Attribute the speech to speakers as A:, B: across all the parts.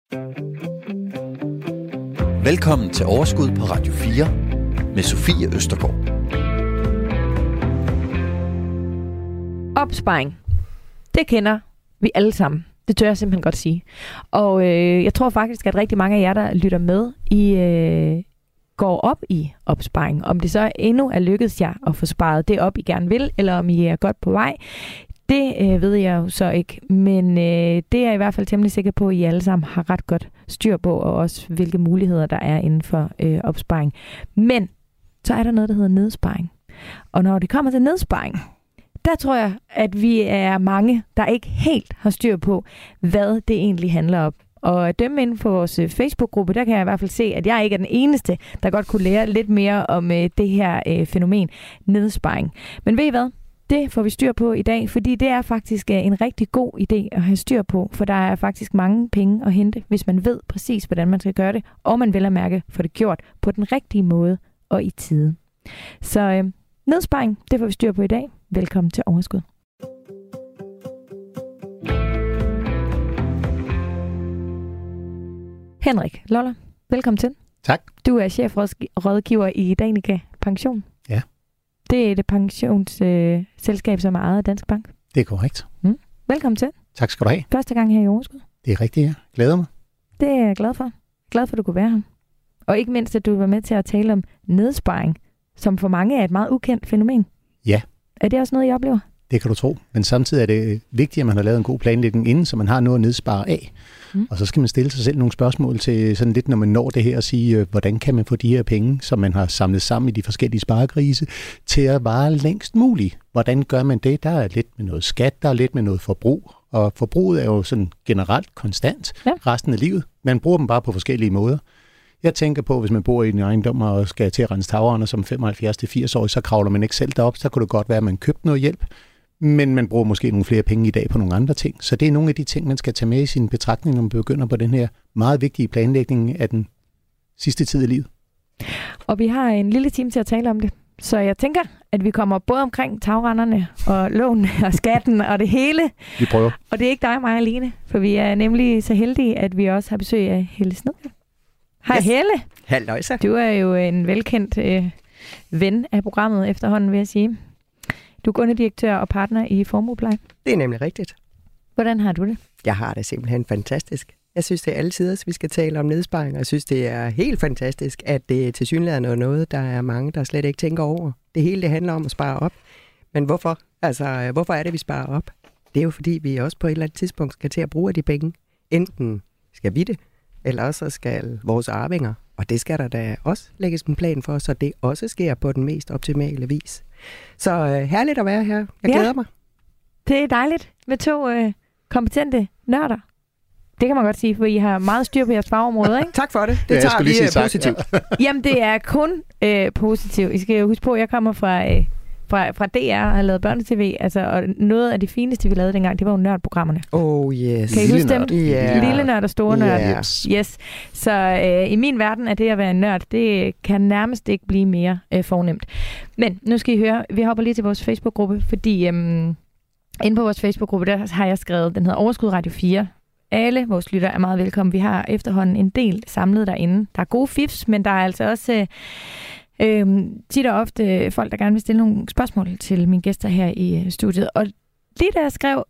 A: Velkommen til Overskud på Radio 4 med Sofie Østergaard.
B: Opsparing. Det kender vi alle sammen. Det tør jeg simpelthen godt sige. Og jeg tror faktisk, at rigtig mange af jer, der lytter med, I går op i opsparing. Om det så endnu er lykkedes jer at få sparet det op, I gerne vil, eller om I er godt på vej, det ved jeg jo så ikke. Men det er jeg i hvert fald temmelig sikker på, at I alle sammen har ret godt styr på, og også hvilke muligheder der er inden for opsparing. Men så er der noget, der hedder nedsparing. Og når det kommer til nedsparing, der tror jeg, at vi er mange, der ikke helt har styr på, hvad det egentlig handler om. Og at dømme inden for vores Facebook-gruppe, der kan jeg i hvert fald se, at jeg ikke er den eneste, der godt kunne lære lidt mere om det her fænomen nedsparing. Men ved I hvad? Det får vi styr på i dag, fordi det er faktisk en rigtig god idé at have styr på, for der er faktisk mange penge at hente, hvis man ved præcis, hvordan man skal gøre det, og man vel at mærke får det gjort på den rigtige måde og i tide. Så nedsparing, det får vi styr på i dag. Velkommen til Overskud. Henrik Loller, velkommen til.
C: Tak.
B: Du er chefrådgiver i Danica Pension.
C: Ja.
B: Det er et pensionsselskab, som er ejet af Dansk Bank.
C: Det er korrekt.
B: Velkommen til.
C: Tak skal du have.
B: Første gang her i Overskud.
C: Det er rigtigt, jeg glæder mig.
B: Det er jeg glad for. Glad for, at du kunne være her. Og ikke mindst, at du var med til at tale om nedsparing, som for mange er et meget ukendt fænomen.
C: Ja.
B: Er det også noget, I oplever?
C: Det kan du tro. Men samtidig er det vigtigt, at man har lavet en god planlægning inden, så man har noget at nedspare af. Og så skal man stille sig selv nogle spørgsmål til sådan lidt, når man når det her, og sige, hvordan kan man få de her penge, som man har samlet sammen i de forskellige sparegrise, til at vare længst muligt. Hvordan gør man det? Der er lidt med noget skat, der er lidt med noget forbrug. Og forbruget er jo sådan generelt konstant resten af livet. Man bruger dem bare på forskellige måder. Jeg tænker på, hvis man bor i en ejendom og skal til at rense tagrender som 75-80-årig, så kravler man ikke selv derop. Så kunne det godt være, at man købte noget hjælp. Men man bruger måske nogle flere penge i dag på nogle andre ting. Så det er nogle af de ting, man skal tage med i sin betragtning, når man begynder på den her meget vigtige planlægning af den sidste tid i livet. Og
B: vi har en lille time til at tale om det. Så jeg tænker, at vi kommer både omkring tagrenderne og lån og skatten og det hele.
C: Vi prøver.
B: Og det er ikke dig og mig alene, for vi er nemlig så heldige, at vi også har besøg af Helle Snedgaard. Hej yes. Helle.
D: Halløjsa.
B: Du er jo en velkendt ven af programmet efterhånden, vil jeg sige. Du er kundedirektør og partner i Formuepleje.
D: Det er nemlig rigtigt.
B: Hvordan har du det?
D: Jeg har det simpelthen fantastisk. Jeg synes, det er altid, at vi skal tale om nedsparing, og jeg synes, det er helt fantastisk, at det tilsyneladende er noget, der er mange, der slet ikke tænker over. Det hele det handler om at spare op. Men hvorfor? Altså, hvorfor er det, vi sparer op? Det er jo, fordi vi også på et eller andet tidspunkt skal til at bruge de penge. Enten skal vi det, eller også skal vores arvinger. Og det skal der da også lægges en plan for, så det også sker på den mest optimale vis. Så herligt at være her. Jeg glæder mig.
B: Det er dejligt med to kompetente nørder. Det kan man godt sige, for I har meget styr på jeres fagområde, ikke?
D: Tak for det. Det tager vi positivt.
B: Ja. Jamen, det er kun positivt. I skal jo huske på, at jeg kommer fra DR og har lavet børnetv, altså, og noget af det fineste, vi lavede dengang, det var jo nørdprogrammerne.
D: Oh yes.
B: Kan I huske dem?
D: Yeah.
B: Lille nørd og store nørd. Yes. Så i min verden er det at være en nørd, det kan nærmest ikke blive mere fornemt. Men nu skal I høre, vi hopper lige til vores Facebook-gruppe, fordi inde på vores Facebook-gruppe, der har jeg skrevet, den hedder Overskud Radio 4. Alle vores lytter er meget velkommen. Vi har efterhånden en del samlet derinde. Der er gode fifs, men der er altså også tit og ofte folk, der gerne vil stille nogle spørgsmål til mine gæster her i studiet. Og lige da jeg skrev,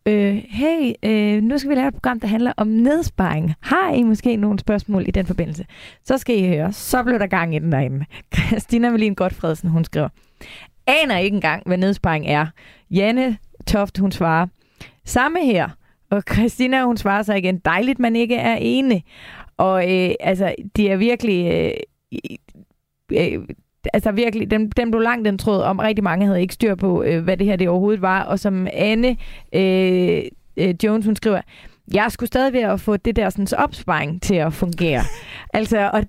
B: nu skal vi lave et program, der handler om nedsparing. Har I måske nogle spørgsmål i den forbindelse? Så skal I høre. Så blev der gang i den derinde. Christina Melin Godfredsen, hun skriver, aner ikke engang, hvad nedsparing er. Janne Toft, hun svarer, samme her. Og Christina, hun svarer sig igen, dejligt, man ikke er enig. Og de er virkelig... virkelig, den blev langt den tråd om, rigtig mange havde ikke styr på, hvad det her det overhovedet var. Og som Anne Jones, hun skriver, jeg skulle stadig ved at få det der sådan, opsparing til at fungere. Og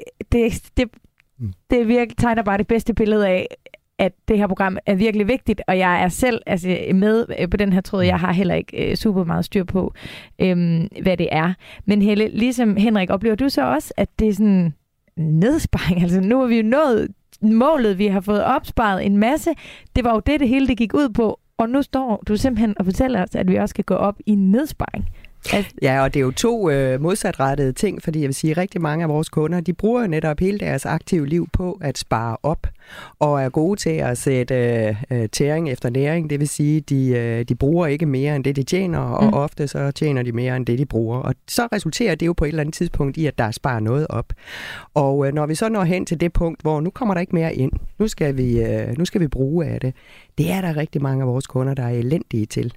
B: det virkelig tegner bare det bedste billede af, at det her program er virkelig vigtigt, og jeg er selv med på den her tråd. Jeg har heller ikke super meget styr på, hvad det er. Men Helle, ligesom Henrik, oplever du så også, at det er sådan nedsparing? Altså nu har vi jo nået målet, vi har fået opsparet en masse. Det var jo det hele det gik ud på, og nu står du simpelthen og fortæller os, at vi også skal gå op i nedsparing.
D: Ja, og det er jo to modsatrettede ting, fordi jeg vil sige, at rigtig mange af vores kunder, de bruger jo netop hele deres aktive liv på at spare op, og er gode til at sætte tæring efter næring. Det vil sige, de bruger ikke mere end det, de tjener, og ofte så tjener de mere end det, de bruger. Og så resulterer det jo på et eller andet tidspunkt i, at der sparer noget op. Og når vi så når hen til det punkt, hvor nu kommer der ikke mere ind, nu skal vi bruge af det, det er der rigtig mange af vores kunder, der er elendige til.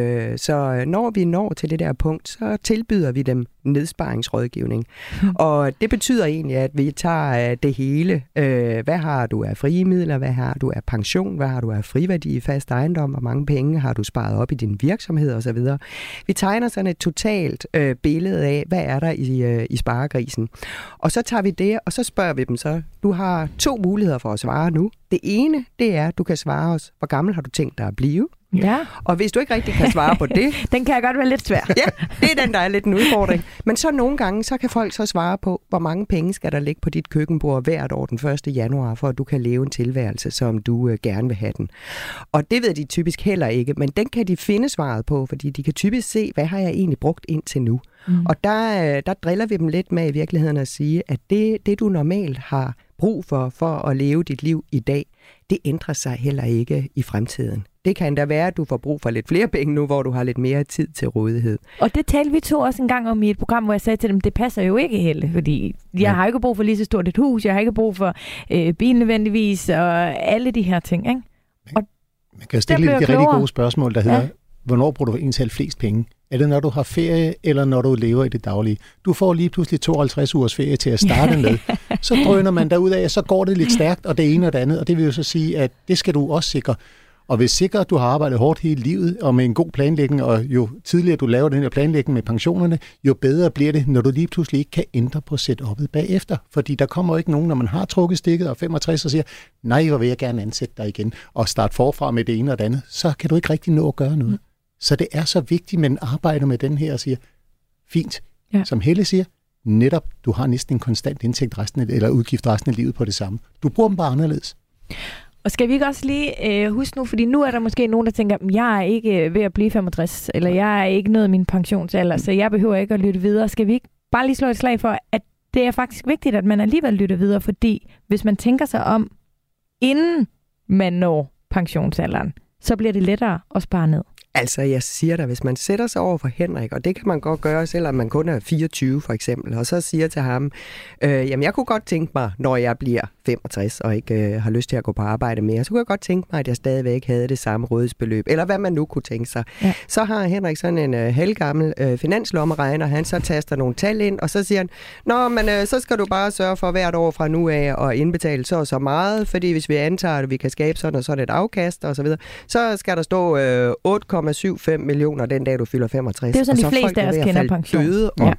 D: Så når vi når til det der punkt, så tilbyder vi dem nedsparingsrådgivning. Og det betyder egentlig, at vi tager det hele. Hvad har du af frie midler? Hvad har du af pension? Hvad har du af friværdi i fast ejendom? Hvor mange penge har du sparet op i din virksomhed osv.? Vi tegner sådan et totalt billede af, hvad er der i sparegrisen. Og så tager vi det, og så spørger vi dem så, du har 2 muligheder for at svare nu. Det ene, det er, at du kan svare os, hvor gammel har du tænkt dig at blive?
B: Ja.
D: Og hvis du ikke rigtig kan svare på det...
B: Den kan jeg godt være lidt svær.
D: Ja, det er den, der er lidt en udfordring. Men så nogle gange, så kan folk så svare på, hvor mange penge skal der ligge på dit køkkenbord hvert år den 1. januar, for at du kan leve en tilværelse, som du gerne vil have den. Og det ved de typisk heller ikke, men den kan de finde svaret på, fordi de kan typisk se, hvad har jeg egentlig brugt indtil nu. Og der driller vi dem lidt med i virkeligheden at sige, at det du normalt har brug for at leve dit liv i dag, det ændrer sig heller ikke i fremtiden. Det kan da være, at du får brug for lidt flere penge nu, hvor du har lidt mere tid til rådighed.
B: Og det talte vi to også en gang om i et program, hvor jeg sagde til dem, det passer jo ikke, Helle, fordi jeg har ikke brug for lige så stort et hus, jeg har ikke brug for bil nødvendigvis, og alle de her ting, ikke? Og
C: man kan stille de rigtig gode spørgsmål, der hedder, hvornår bruger du egentlig selv flest penge? Er det, når du har ferie, eller når du lever i det daglige? Du får lige pludselig 52 ugers ferie til at starte med. Så drøner man derudad, så går det lidt stærkt, og det ene og det andet. Og det vil jo så sige, at det skal du også sikre. Og hvis sikkert du har arbejdet hårdt hele livet, og med en god planlægning, og jo tidligere du laver den her planlægning med pensionerne, jo bedre bliver det, når du lige pludselig ikke kan ændre på setup'et bagefter. Fordi der kommer jo ikke nogen, når man har trukket stikket og 65 og siger, nej, hvor vil jeg gerne ansætte dig igen, og starte forfra med det ene og det andet, så kan du ikke rigtig nå at gøre noget. Så det er så vigtigt, at man arbejder med den her og siger, fint, som Helle siger, netop, du har næsten en konstant indtægt eller udgift resten af livet på det samme. Du bruger dem bare anderledes.
B: Og skal vi ikke også lige huske nu, fordi nu er der måske nogen, der tænker, jeg er ikke ved at blive 65, eller jeg er ikke nået min pensionsalder, så jeg behøver ikke at lytte videre. Skal vi ikke bare lige slå et slag for, at det er faktisk vigtigt, at man alligevel lytter videre, fordi hvis man tænker sig om, inden man når pensionsalderen, så bliver det lettere at spare ned.
D: Altså, jeg siger dig, hvis man sætter sig over for Henrik, og det kan man godt gøre, selvom man kun er 24 for eksempel, og så siger til ham, jamen jeg kunne godt tænke mig, når jeg bliver 65 og ikke har lyst til at gå på arbejde mere, så kunne jeg godt tænke mig, at jeg stadigvæk havde det samme rådighedsbeløb, eller hvad man nu kunne tænke sig. Ja. Så har Henrik sådan en halvgammel finanslommeregner, han så taster nogle tal ind, og så siger han, nå, men så skal du bare sørge for hvert år fra nu af at indbetale så meget, fordi hvis vi antager, at vi kan skabe sådan og sådan et afkast og så videre, så skal der stå 8,75 millioner den dag, du fylder 65.
B: Det er jo sådan, de fleste af os kender pension.
D: Ja.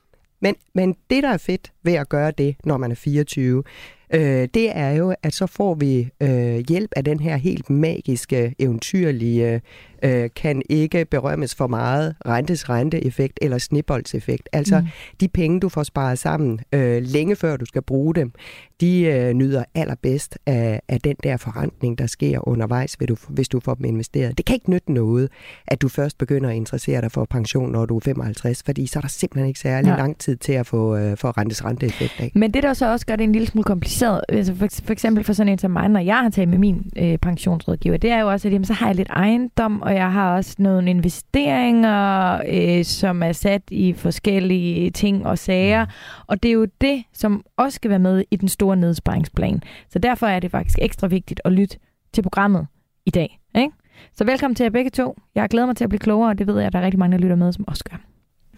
D: Men det, der er fedt ved at gøre det, når man er 24, det er jo, at så får vi hjælp af den her helt magiske, eventyrlige, kan ikke berømmes for meget renteeffekt eller snibboldseffekt. Altså de penge, du får sparet sammen længe før du skal bruge dem, de nyder allerbedst af den der forrentning, der sker undervejs, hvis du får dem investeret. Det kan ikke nytte noget, at du først begynder at interessere dig for pension, når du er 55, fordi så er der simpelthen ikke særlig lang tid til at få renteeffekt af. Men
B: det, der så også gør det en lille smule kompliceret, altså for eksempel for sådan en som mig, når jeg har talt med min pensionsrådgiver, det er jo også, at jamen, så har jeg lidt ejendom, og jeg har også nogle investeringer, som er sat i forskellige ting og sager. Og det er jo det, som også skal være med i den store nedsparingsplan. Så derfor er det faktisk ekstra vigtigt at lytte til programmet i dag. Ikke? Så velkommen til jer begge to. Jeg glæder mig til at blive klogere, og det ved jeg, at der er rigtig mange, der lytter med, som også gør.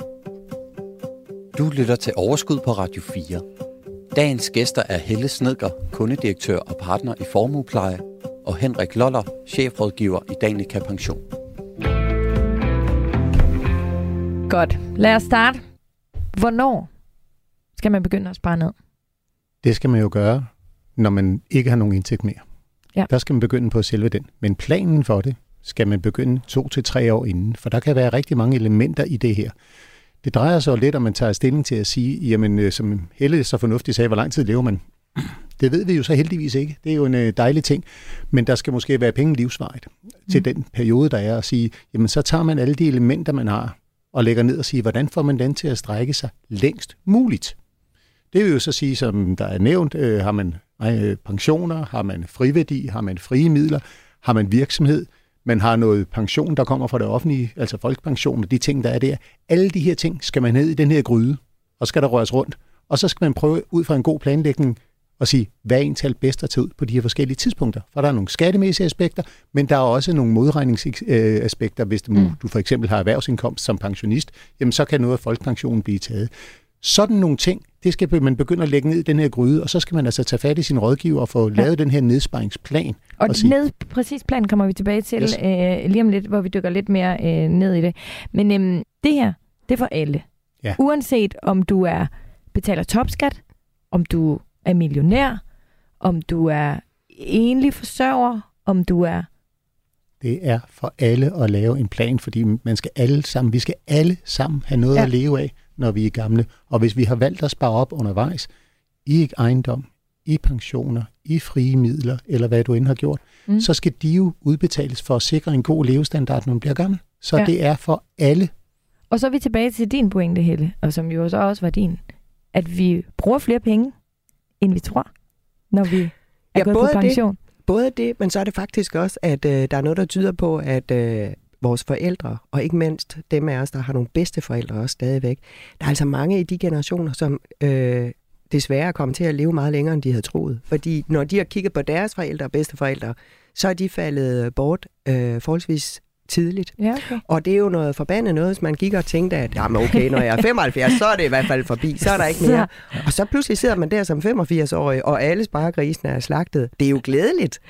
A: Du lytter til Overskud på Radio 4. Dagens gæster er Helle Snedker, kundedirektør og partner i Formuepleje, og Henrik Loller, chefrådgiver i Danica Pension.
B: Godt. Lad os starte. Hvornår skal man begynde at spare ned?
C: Det skal man jo gøre, når man ikke har nogen indtægt mere. Ja. Der skal man begynde på selve den. Men planen for det skal man begynde 2 til 3 år inden, for der kan være rigtig mange elementer i det her. Det drejer sig jo lidt, om man tager stilling til at sige, jamen som Helle så fornuftigt sagde, hvor lang tid lever man? Det ved vi jo så heldigvis ikke. Det er jo en dejlig ting. Men der skal måske være penge livsvarigt til den periode, der er at sige, jamen så tager man alle de elementer, man har. og lægger ned og siger, hvordan får man den til at strække sig længst muligt? Det vil jo så sige, som der er nævnt, har man pensioner, har man friværdi, har man frie midler, har man virksomhed, man har noget pension, der kommer fra det offentlige, altså folkepension og de ting, der er der. Alle de her ting skal man ned i den her gryde, og skal der røres rundt. Og så skal man prøve ud fra en god planlægning at sige, hvad er egentlig bedst at tage ud på de her forskellige tidspunkter. For der er nogle skattemæssige aspekter, men der er også nogle modregningsaspekter. Hvis du for eksempel har erhvervsindkomst som pensionist, jamen så kan noget af folkepensionen blive taget. Sådan nogle ting, det skal man begynde at lægge ned i den her gryde, og så skal man altså tage fat i sin rådgiver og få lavet den her nedsparingsplan.
B: Og præcis plan kommer vi tilbage til lige om lidt, hvor vi dykker lidt mere ned i det. Men det her, det er for alle. Ja. Uanset om du betaler topskat, om du er millionær, om du er enlig forsørger, om du er...
C: Det er for alle at lave en plan, fordi vi skal alle sammen have noget at leve af, når vi er gamle. Og hvis vi har valgt at spare op undervejs, i ejendom, i pensioner, i frie midler, eller hvad du end har gjort, så skal de jo udbetales for at sikre en god levestandard, når man bliver gammel. Så det er for alle. Og
B: så er vi tilbage til din pointe, Helle, og som jo så også var din, at vi bruger flere penge, end vi tror, når vi er gået på pension.
D: Både det, men så er det faktisk også, at der er noget, der tyder på, at vores forældre, og ikke mindst dem af os, der har nogle bedsteforældre også stadigvæk, der er altså mange i de generationer, som desværre er kommet til at leve meget længere, end de havde troet. Fordi når de har kigget på deres forældre og bedsteforældre, så er de faldet bort forholdsvis tidligt. Ja, okay. Og det er jo noget forbandet noget, hvis man gik og tænkte, at jamen okay, når jeg er 75, så er det i hvert fald forbi, så er der ikke mere. Og så pludselig sidder man der som 85-årig, og alle sparegrisene er slagtet. Det er jo glædeligt.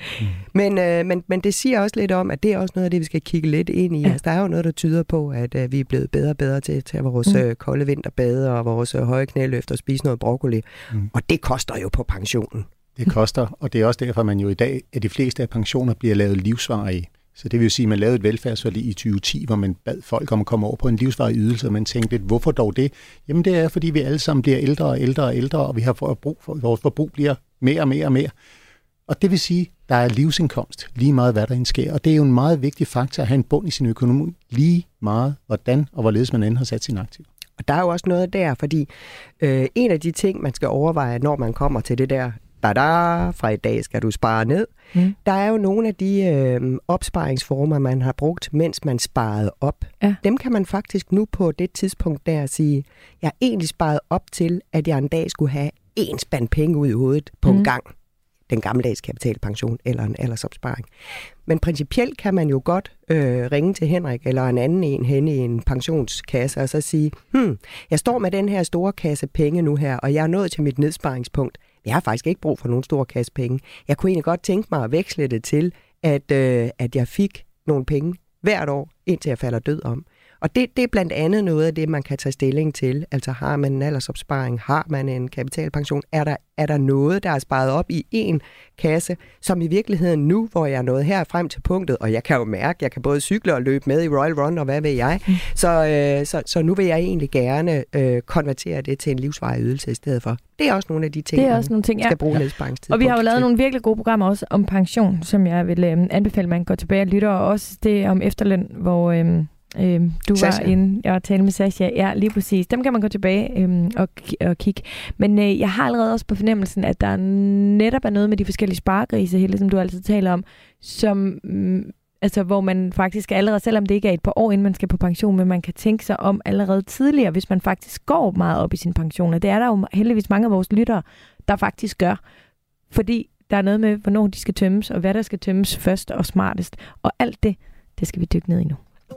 D: Men det siger også lidt om, at det er også noget af det, vi skal kigge lidt ind i. Altså, der er jo noget, der tyder på, at vi er blevet bedre og bedre til at tage vores kolde vinterbade og vores høje knæløft og spise noget broccoli. Og det koster jo på pensionen.
C: Det koster, og det er også derfor, man jo i dag, at de fleste af pensioner bliver lavet livsvarige. Så det vil sige, at man lavede et velfærdsforlig i 2010, hvor man bad folk om at komme over på en livsvarig ydelse, og man tænkte lidt, hvorfor dog det? Jamen det er, fordi vi alle sammen bliver ældre og ældre og ældre, og vi har brug for, vores forbrug bliver mere og mere og mere. Og det vil sige, at der er livsindkomst lige meget, hvad der end sker. Og det er jo en meget vigtig faktor at have en bund i sin økonomi lige meget, hvordan og hvorledes man end har sat sin aktiv.
D: Og der er jo også noget der, fordi en af de ting, man skal overveje, når man kommer til det der, fra i dag skal du spare ned. Der er jo nogle af de opsparingsformer, man har brugt, mens man sparede op. Ja. Dem kan man faktisk nu på det tidspunkt der sige, jeg har egentlig sparet op til, at jeg en dag skulle have en spand penge ud i hovedet på en gang. Den gammeldags kapitalpension eller en aldersopsparing. Men principielt kan man jo godt ringe til Henrik eller en anden en hen i en pensionskasse og så sige, jeg står med den her store kasse penge nu her, og jeg er nået til mit nedsparingspunkt. Jeg har faktisk ikke brug for nogen stor kasse penge. Jeg kunne egentlig godt tænke mig at veksle det til, at jeg fik nogle penge hvert år, indtil jeg falder død om. Og det er blandt andet noget af det, man kan tage stilling til. Altså har man en aldersopsparing, har man en kapitalpension, er der noget, der er sparet op i en kasse, som i virkeligheden nu, hvor jeg er nået her frem til punktet, og jeg kan jo mærke, jeg kan både cykle og løbe med i Royal Run, og hvad ved jeg. Så nu vil jeg egentlig gerne konvertere det til en livsvarig ydelse i stedet for. Det er også nogle af de ting, man skal bruge nedsparingstid.
B: Og vi har jo lavet nogle virkelig gode programmer også om pension, som jeg vil anbefale, man går tilbage og lytter, og også det om efterløn, hvor... du Sasha. Var inde og talte med Sasha. Ja, lige præcis. Dem kan man gå tilbage og kigge. Men jeg har allerede også på fornemmelsen, at der netop er noget med de forskellige sparegrise, hele, som du altid taler om, som, altså, hvor man faktisk allerede, selvom det ikke er et par år, inden man skal på pension, men man kan tænke sig om allerede tidligere, hvis man faktisk går meget op i sin pension. Og det er der jo heldigvis mange af vores lyttere, der faktisk gør. Fordi der er noget med, hvornår de skal tømmes, og hvad der skal tømmes først og smartest. Og alt det skal vi dykke ned i nu.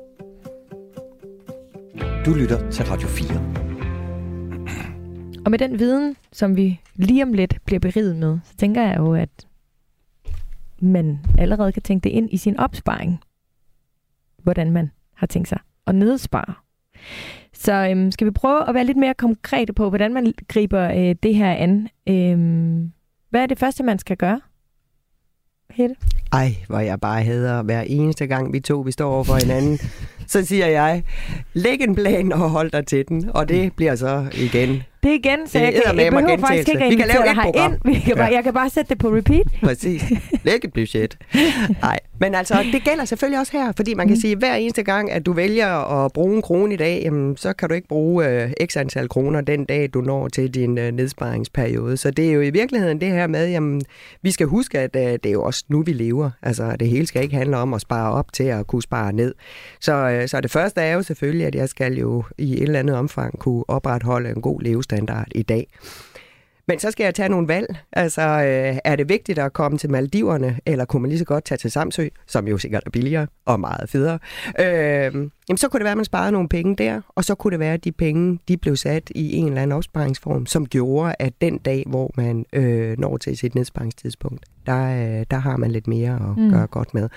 A: Du lytter til Radio 4.
B: Og med den viden, som vi lige om lidt bliver beriget med, så tænker jeg jo, at man allerede kan tænke det ind i sin opsparing. Hvordan man har tænkt sig at nedspare. Så skal vi prøve at være lidt mere konkrete på, hvordan man griber det her an. Hvad er det første, man skal gøre? Hette?
D: Ej, hvor jeg bare hader hver eneste gang vi står over for hinanden. Så siger jeg, læg en plan og hold dig til den. Og det bliver så igen.
B: Det er igen, så jeg behøver faktisk ikke at invitere dig herind. Jeg kan bare sætte det på repeat.
D: Præcis. Læg et budget. Nej, men altså, det gælder selvfølgelig også her, fordi man kan sige, at hver eneste gang, at du vælger at bruge 1 krone i dag, jamen, så kan du ikke bruge x antal kroner den dag, du når til din nedsparingsperiode. Så det er jo i virkeligheden det her med, jamen, vi skal huske, at det er jo også nu, vi lever. Altså, det hele skal ikke handle om at spare op til at kunne spare ned. Så det første er jo selvfølgelig, at jeg skal jo i et eller andet omfang kunne opretholde en god levestandard i dag. Men så skal jeg tage nogle valg. Altså, er det vigtigt at komme til Maldiverne, eller kunne man lige så godt tage til Samsø, som jo sikkert er billigere og meget federe? Jamen, så kunne det være, at man sparede nogle penge der, og så kunne det være, at de penge de blev sat i en eller anden opsparingsform, som gjorde, at den dag, hvor man når til sit nedsparingstidspunkt, der har man lidt mere at gøre godt med.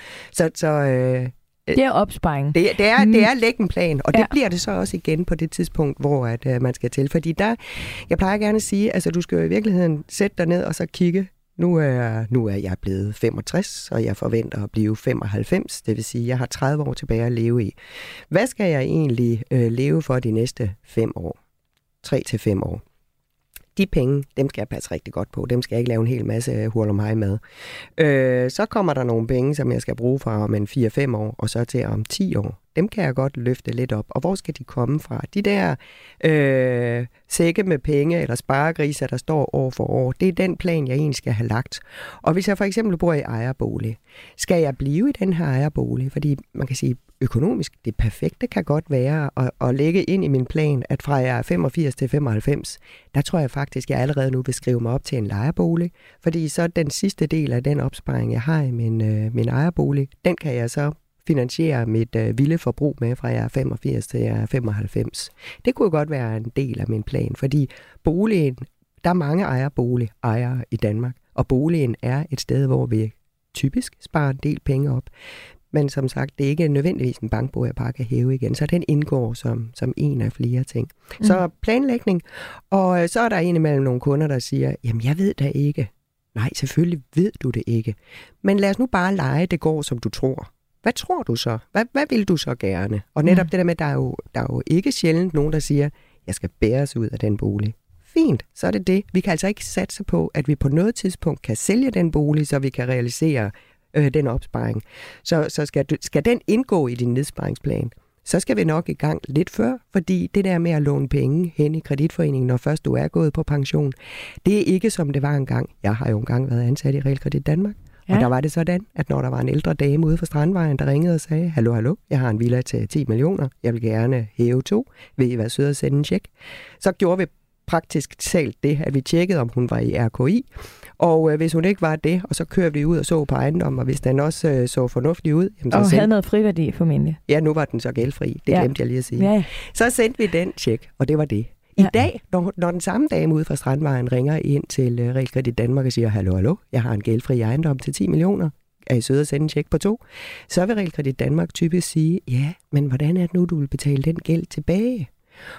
B: Det er opsparing.
D: Det er at lægge en plan, og det bliver det så også igen på det tidspunkt, hvor at, man skal til. Fordi jeg plejer gerne at sige, altså du skal jo i virkeligheden sætte dig ned og så kigge. Nu er jeg blevet 65, og jeg forventer at blive 95. Det vil sige, at jeg har 30 år tilbage at leve i. Hvad skal jeg egentlig leve for de næste 5 år? 3 til 5 år. De penge, dem skal jeg passe rigtig godt på. Dem skal jeg ikke lave en hel masse hurlumhej med. Så kommer der nogle penge, som jeg skal bruge fra om 4-5 år, og så til om 10 år. Dem kan jeg godt løfte lidt op. Og hvor skal de komme fra? De der sække med penge eller sparegriser, der står år for år, det er den plan, jeg egentlig skal have lagt. Og hvis jeg for eksempel bor i ejerbolig, skal jeg blive i den her ejerbolig? Fordi man kan sige, økonomisk, det perfekte kan godt være at lægge ind i min plan, at fra jeg er 85 til 95, der tror jeg faktisk, jeg allerede nu vil skrive mig op til en lejerbolig. Fordi så den sidste del af den opsparing, jeg har i min ejerbolig, den kan jeg så finansiere mit vilde forbrug med, fra jeg er 85 til jeg er 95. Det kunne godt være en del af min plan, fordi boligen, der er mange ejerboligejere i Danmark, og boligen er et sted, hvor vi typisk sparer en del penge op. Men som sagt, det er ikke nødvendigvis en bankbog, jeg bare kan hæve igen, så den indgår som en af flere ting. Så planlægning, og så er der indimellem nogle kunder, der siger, jamen jeg ved da ikke. Nej, selvfølgelig ved du det ikke. Men lad os nu bare lege, det går som du tror. Hvad tror du så? Hvad vil du så gerne? Og netop det der med, der er jo ikke sjældent nogen, der siger, jeg skal bæres ud af den bolig. Fint, så er det det. Vi kan altså ikke satse på, at vi på noget tidspunkt kan sælge den bolig, så vi kan realisere den opsparing. Så skal den indgå i din nedsparingsplan, så skal vi nok i gang lidt før, fordi det der med at låne penge hen i kreditforeningen, når først du er gået på pension, det er ikke som det var engang. Jeg har jo engang været ansat i Realkredit Danmark, og der var det sådan, at når der var en ældre dame ude fra Strandvejen, der ringede og sagde, hallo, jeg har en villa til 10 millioner, jeg vil gerne hæve 2, vil I være søde at sende en check? Så gjorde vi praktisk talt det, at vi tjekkede, om hun var i RKI, og hvis hun ikke var det, og så kørte vi ud og så på ejendommen, og hvis den også så fornuftig ud... Jamen, så
B: og havde noget friværdi formentlig.
D: Ja, nu var den så gældfri. Det glemte jeg lige at sige. Ja. Så sendte vi den tjek, og det var det. I dag, når den samme dame ude fra Strandvejen ringer ind til Realkredit Danmark og siger, hallo, jeg har en gældfri ejendom til 10 millioner, er I søde at sende en tjek på 2? Så vil Realkredit Danmark typisk sige, ja, men hvordan er det nu, du vil betale den gæld tilbage?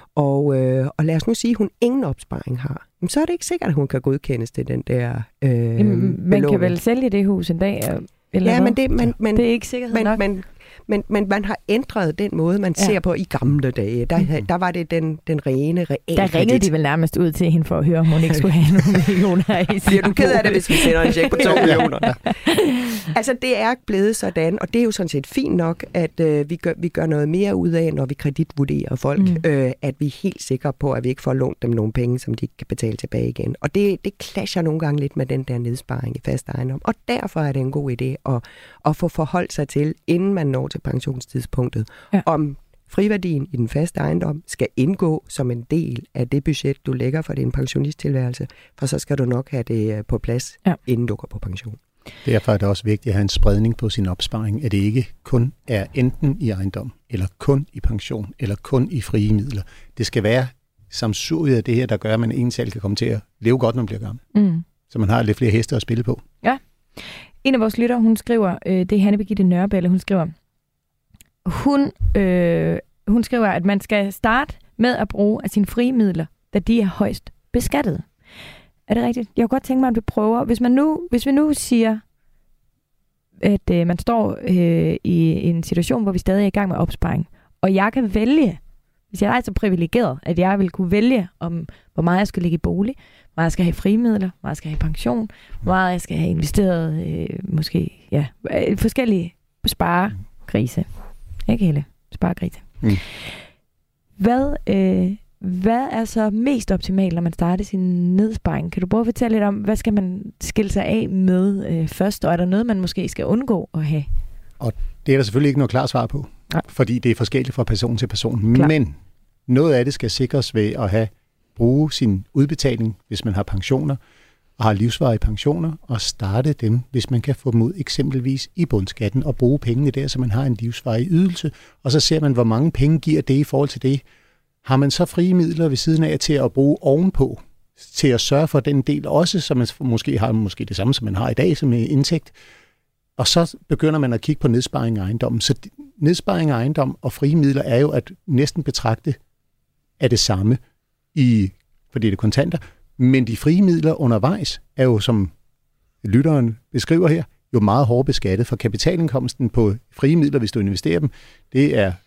D: Og lad os nu sige, at hun ingen opsparing har. Men så er det ikke sikkert, at hun kan godkendes til den der
B: man kan vel sælge det hus en dag? Eller
D: ja, men
B: det er ikke sikkerhed nok.
D: Men man har ændret den måde, man ser på i gamle dage. Der var det den rene realkredit.
B: Der ringede de vel nærmest ud til hende for at høre, om hun ikke skulle have nogle millioner i sin
D: Bliver du ked af det, hvis vi sender en check på 2 millioner? Altså, det er blevet sådan, og det er jo sådan set fint nok, at vi gør noget mere ud af, når vi kreditvurderer folk, at vi er helt sikre på, at vi ikke får lånt dem nogle penge, som de ikke kan betale tilbage igen. Og det clasher nogle gange lidt med den der nedsparing i fast ejendom. Og derfor er det en god idé at få forholdt sig til, inden man når til pensionstidspunktet, om friværdien i den faste ejendom skal indgå som en del af det budget, du lægger for din pensionisttilværelse, for så skal du nok have det på plads, inden du går på pension.
C: Derfor er det også vigtigt at have en spredning på sin opsparing, at det ikke kun er enten i ejendom, eller kun i pension, eller kun i frie midler. Det skal være samsuriet af det her, der gør, at man egentlig selv kan komme til at leve godt, når man bliver gammel. Så man har lidt flere heste at spille på. Ja.
B: En af vores lytter, hun skriver, det er Hanne Birgitte Nørrebælle, hun skriver, hun skriver, at man skal starte med at bruge af sine frie midler, da de er højst beskattet. Er det rigtigt? Jeg kunne godt tænke mig, at vi prøver. Hvis vi nu siger, at man står i en situation, hvor vi stadig er i gang med opsparing. Og jeg kan vælge, hvis jeg er så privilegeret, at jeg vil kunne vælge, om hvor meget jeg skal ligge i bolig, hvor meget jeg skal have frimidler, hvor meget jeg skal have pension, hvor meget jeg skal have investeret, forskellige sparegrise. Ikke hele, sparegrise. Hvad er så mest optimalt, når man starter sin nedsparing? Kan du prøve at fortælle lidt om, hvad skal man skille sig af med først, og er der noget, man måske skal undgå at have?
C: Og det er der selvfølgelig ikke noget klart svar på, fordi det er forskelligt fra person til person.
B: Klar.
C: Men noget af det skal sikres ved at bruge sin udbetaling, hvis man har pensioner, og har livsvarige pensioner, og starte dem, hvis man kan få dem ud eksempelvis i bundskatten, og bruge pengene der, så man har en livsvarig ydelse, og så ser man, hvor mange penge giver det i forhold til det. Har man så frie midler ved siden af til at bruge ovenpå, til at sørge for den del også, så man måske har det samme, som man har i dag som indtægt, og så begynder man at kigge på nedsparing af ejendommen. Så nedsparing af ejendom og frie midler er jo at næsten betragte af det samme, fordi det er kontanter, men de frie midler undervejs er jo, som lytteren beskriver her, jo meget hårdt beskattet, for kapitalindkomsten på frie midler, hvis du investerer dem, det er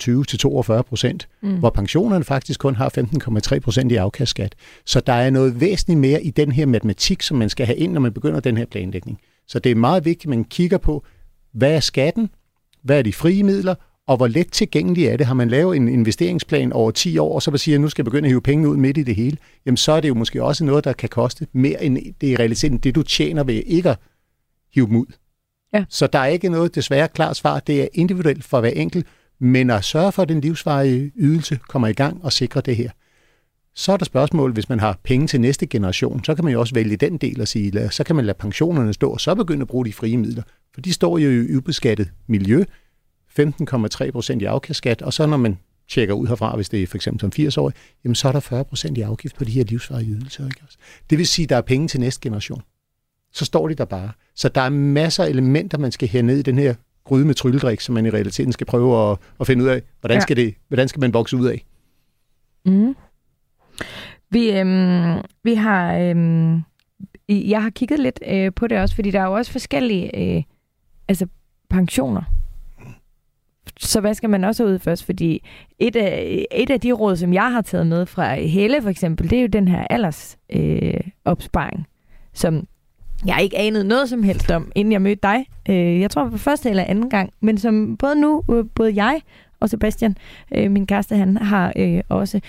C: 27-42%, hvor pensionerne faktisk kun har 15,3% i afkastskat. Så der er noget væsentligt mere i den her matematik, som man skal have ind, når man begynder den her planlægning. Så det er meget vigtigt, at man kigger på, hvad er skatten, hvad er de frie midler, og hvor let tilgængeligt er det. Har man lavet en investeringsplan over 10 år, og så siger, at nu skal jeg begynde at hive penge ud midt i det hele, jamen så er det jo måske også noget, der kan koste mere end det i realiteten, det du tjener ved ikke at hive dem ud.
B: Ja.
C: Så der er ikke noget desværre klart svar. Det er individuelt for hver enkelt, men at sørge for, at den livsvarige ydelse kommer i gang og sikre det her. Så er der spørgsmål, hvis man har penge til næste generation, så kan man jo også vælge den del og sige, så kan man lade pensionerne stå, og så begynde at bruge de frie midler. For de står jo i ubeskattet miljø, 15,3% i afkastskat, og så når man tjekker ud herfra, hvis det er for eksempel som 80-årig, jamen så er der 40% i afgift på de her livsvarige ydelser. Ikke? Det vil sige, at der er penge til næste generation. Så står de der bare. Så der er masser af elementer, man skal have ned i den her gryde med trylledrik, som man i realiteten skal prøve at finde ud af, hvordan skal man vokse ud af.
B: Jeg har kigget lidt på det også, fordi der er jo også forskellige pensioner. Så hvad skal man også ud først? Fordi et af de råd, som jeg har taget med fra Helle for eksempel, det er jo den her aldersopsparing, som jeg ikke anede noget som helst om, inden jeg mødte dig. Jeg tror for første eller anden gang, men som både jeg og Sebastian, min kæreste, han har også.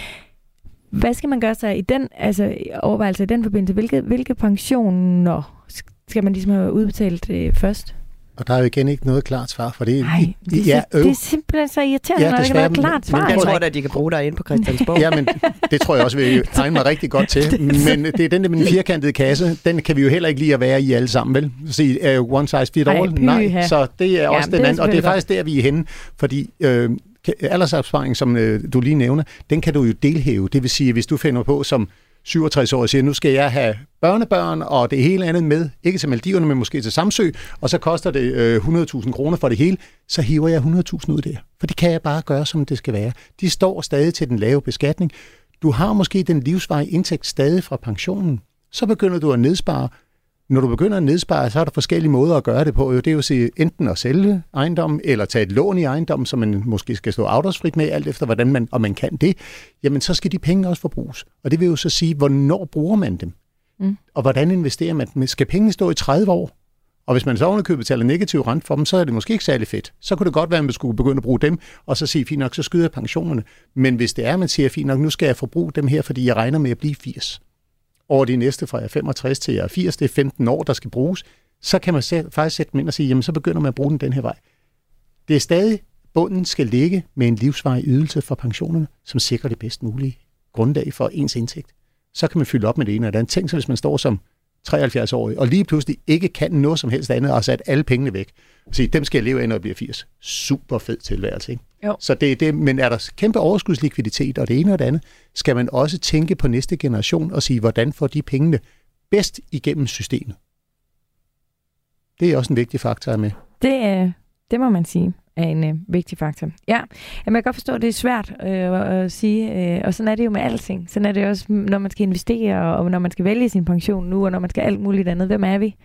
B: Hvad skal man gøre sig i den overvejelse i den forbindelse? Hvilke pensioner skal man ligesom have udbetalt først?
C: Og der er jo igen ikke noget klart svar for det.
B: Det er simpelthen så irriterende, når der ikke er noget klart svar.
D: Jeg tror da, de kan bruge dig ind på Christiansborg.
C: Ja, men det tror jeg også vil tegne mig rigtig godt til. Men det er den der med den firkantede kasse, den kan vi jo heller ikke lide at være i alle sammen, vel? Så er jo one size fit all? Nej, så det er også den anden. Og det er faktisk der, vi er henne, fordi aldersopsparing, som du lige nævner, den kan du jo delhæve. Det vil sige, hvis du finder på som 67 år og siger, nu skal jeg have børnebørn og det hele andet med, ikke til Maldiverne, men måske til Samsø, og så koster det 100.000 kroner for det hele, så hiver jeg 100.000 ud der. For det kan jeg bare gøre, som det skal være. De står stadig til den lave beskatning. Du har måske den livsvarige indtægt stadig fra pensionen. Så begynder du at nedspare. Når du begynder at nedspare, så er der forskellige måder at gøre det på. Det er jo at sige, enten at sælge ejendommen, eller tage et lån i ejendommen, som man måske skal stå afdragsfrit med, alt efter hvordan man kan det. Jamen, så skal de penge også forbruges. Og det vil jo så sige, hvornår bruger man dem? Og hvordan investerer man dem? Skal pengene stå i 30 år? Og hvis man så ovenikøbet betaler negativ rente for dem, så er det måske ikke særlig fedt. Så kunne det godt være, at man skulle begynde at bruge dem, og så sige, fint nok, så skyder jeg pensionerne. Men hvis det er, man siger, fint nok, nu skal jeg forbruge dem her, fordi jeg regner med at blive 80. Over de næste fra jeg er 65 til jeg er 80, det er 15 år, der skal bruges, så kan man faktisk sætte dem ind og sige, jamen så begynder man at bruge den her vej. Det er stadig, bunden skal ligge med en livsvarig ydelse for pensionerne, som sikrer det bedst mulige grundlag for ens indtægt. Så kan man fylde op med det ene og det andet. Tænk så, hvis man står som 73-årig, og lige pludselig ikke kan noget som helst andet, og har sat alle pengene væk. Så dem skal jeg leve af, når jeg bliver 80. Super fed tilværelse, ikke? Jo. Så det er det, men er der kæmpe overskudslikviditet, og det ene og det andet, skal man også tænke på næste generation og sige, hvordan får de pengene bedst igennem systemet. Det er også en vigtig faktor at med.
B: Det må man sige er en vigtig faktor. Ja, jeg kan godt forstå, at det er svært at sige, og sådan er det jo med alting. Sådan er det også, når man skal investere, og når man skal vælge sin pension nu, og når man skal alt muligt andet. Hvem er vi?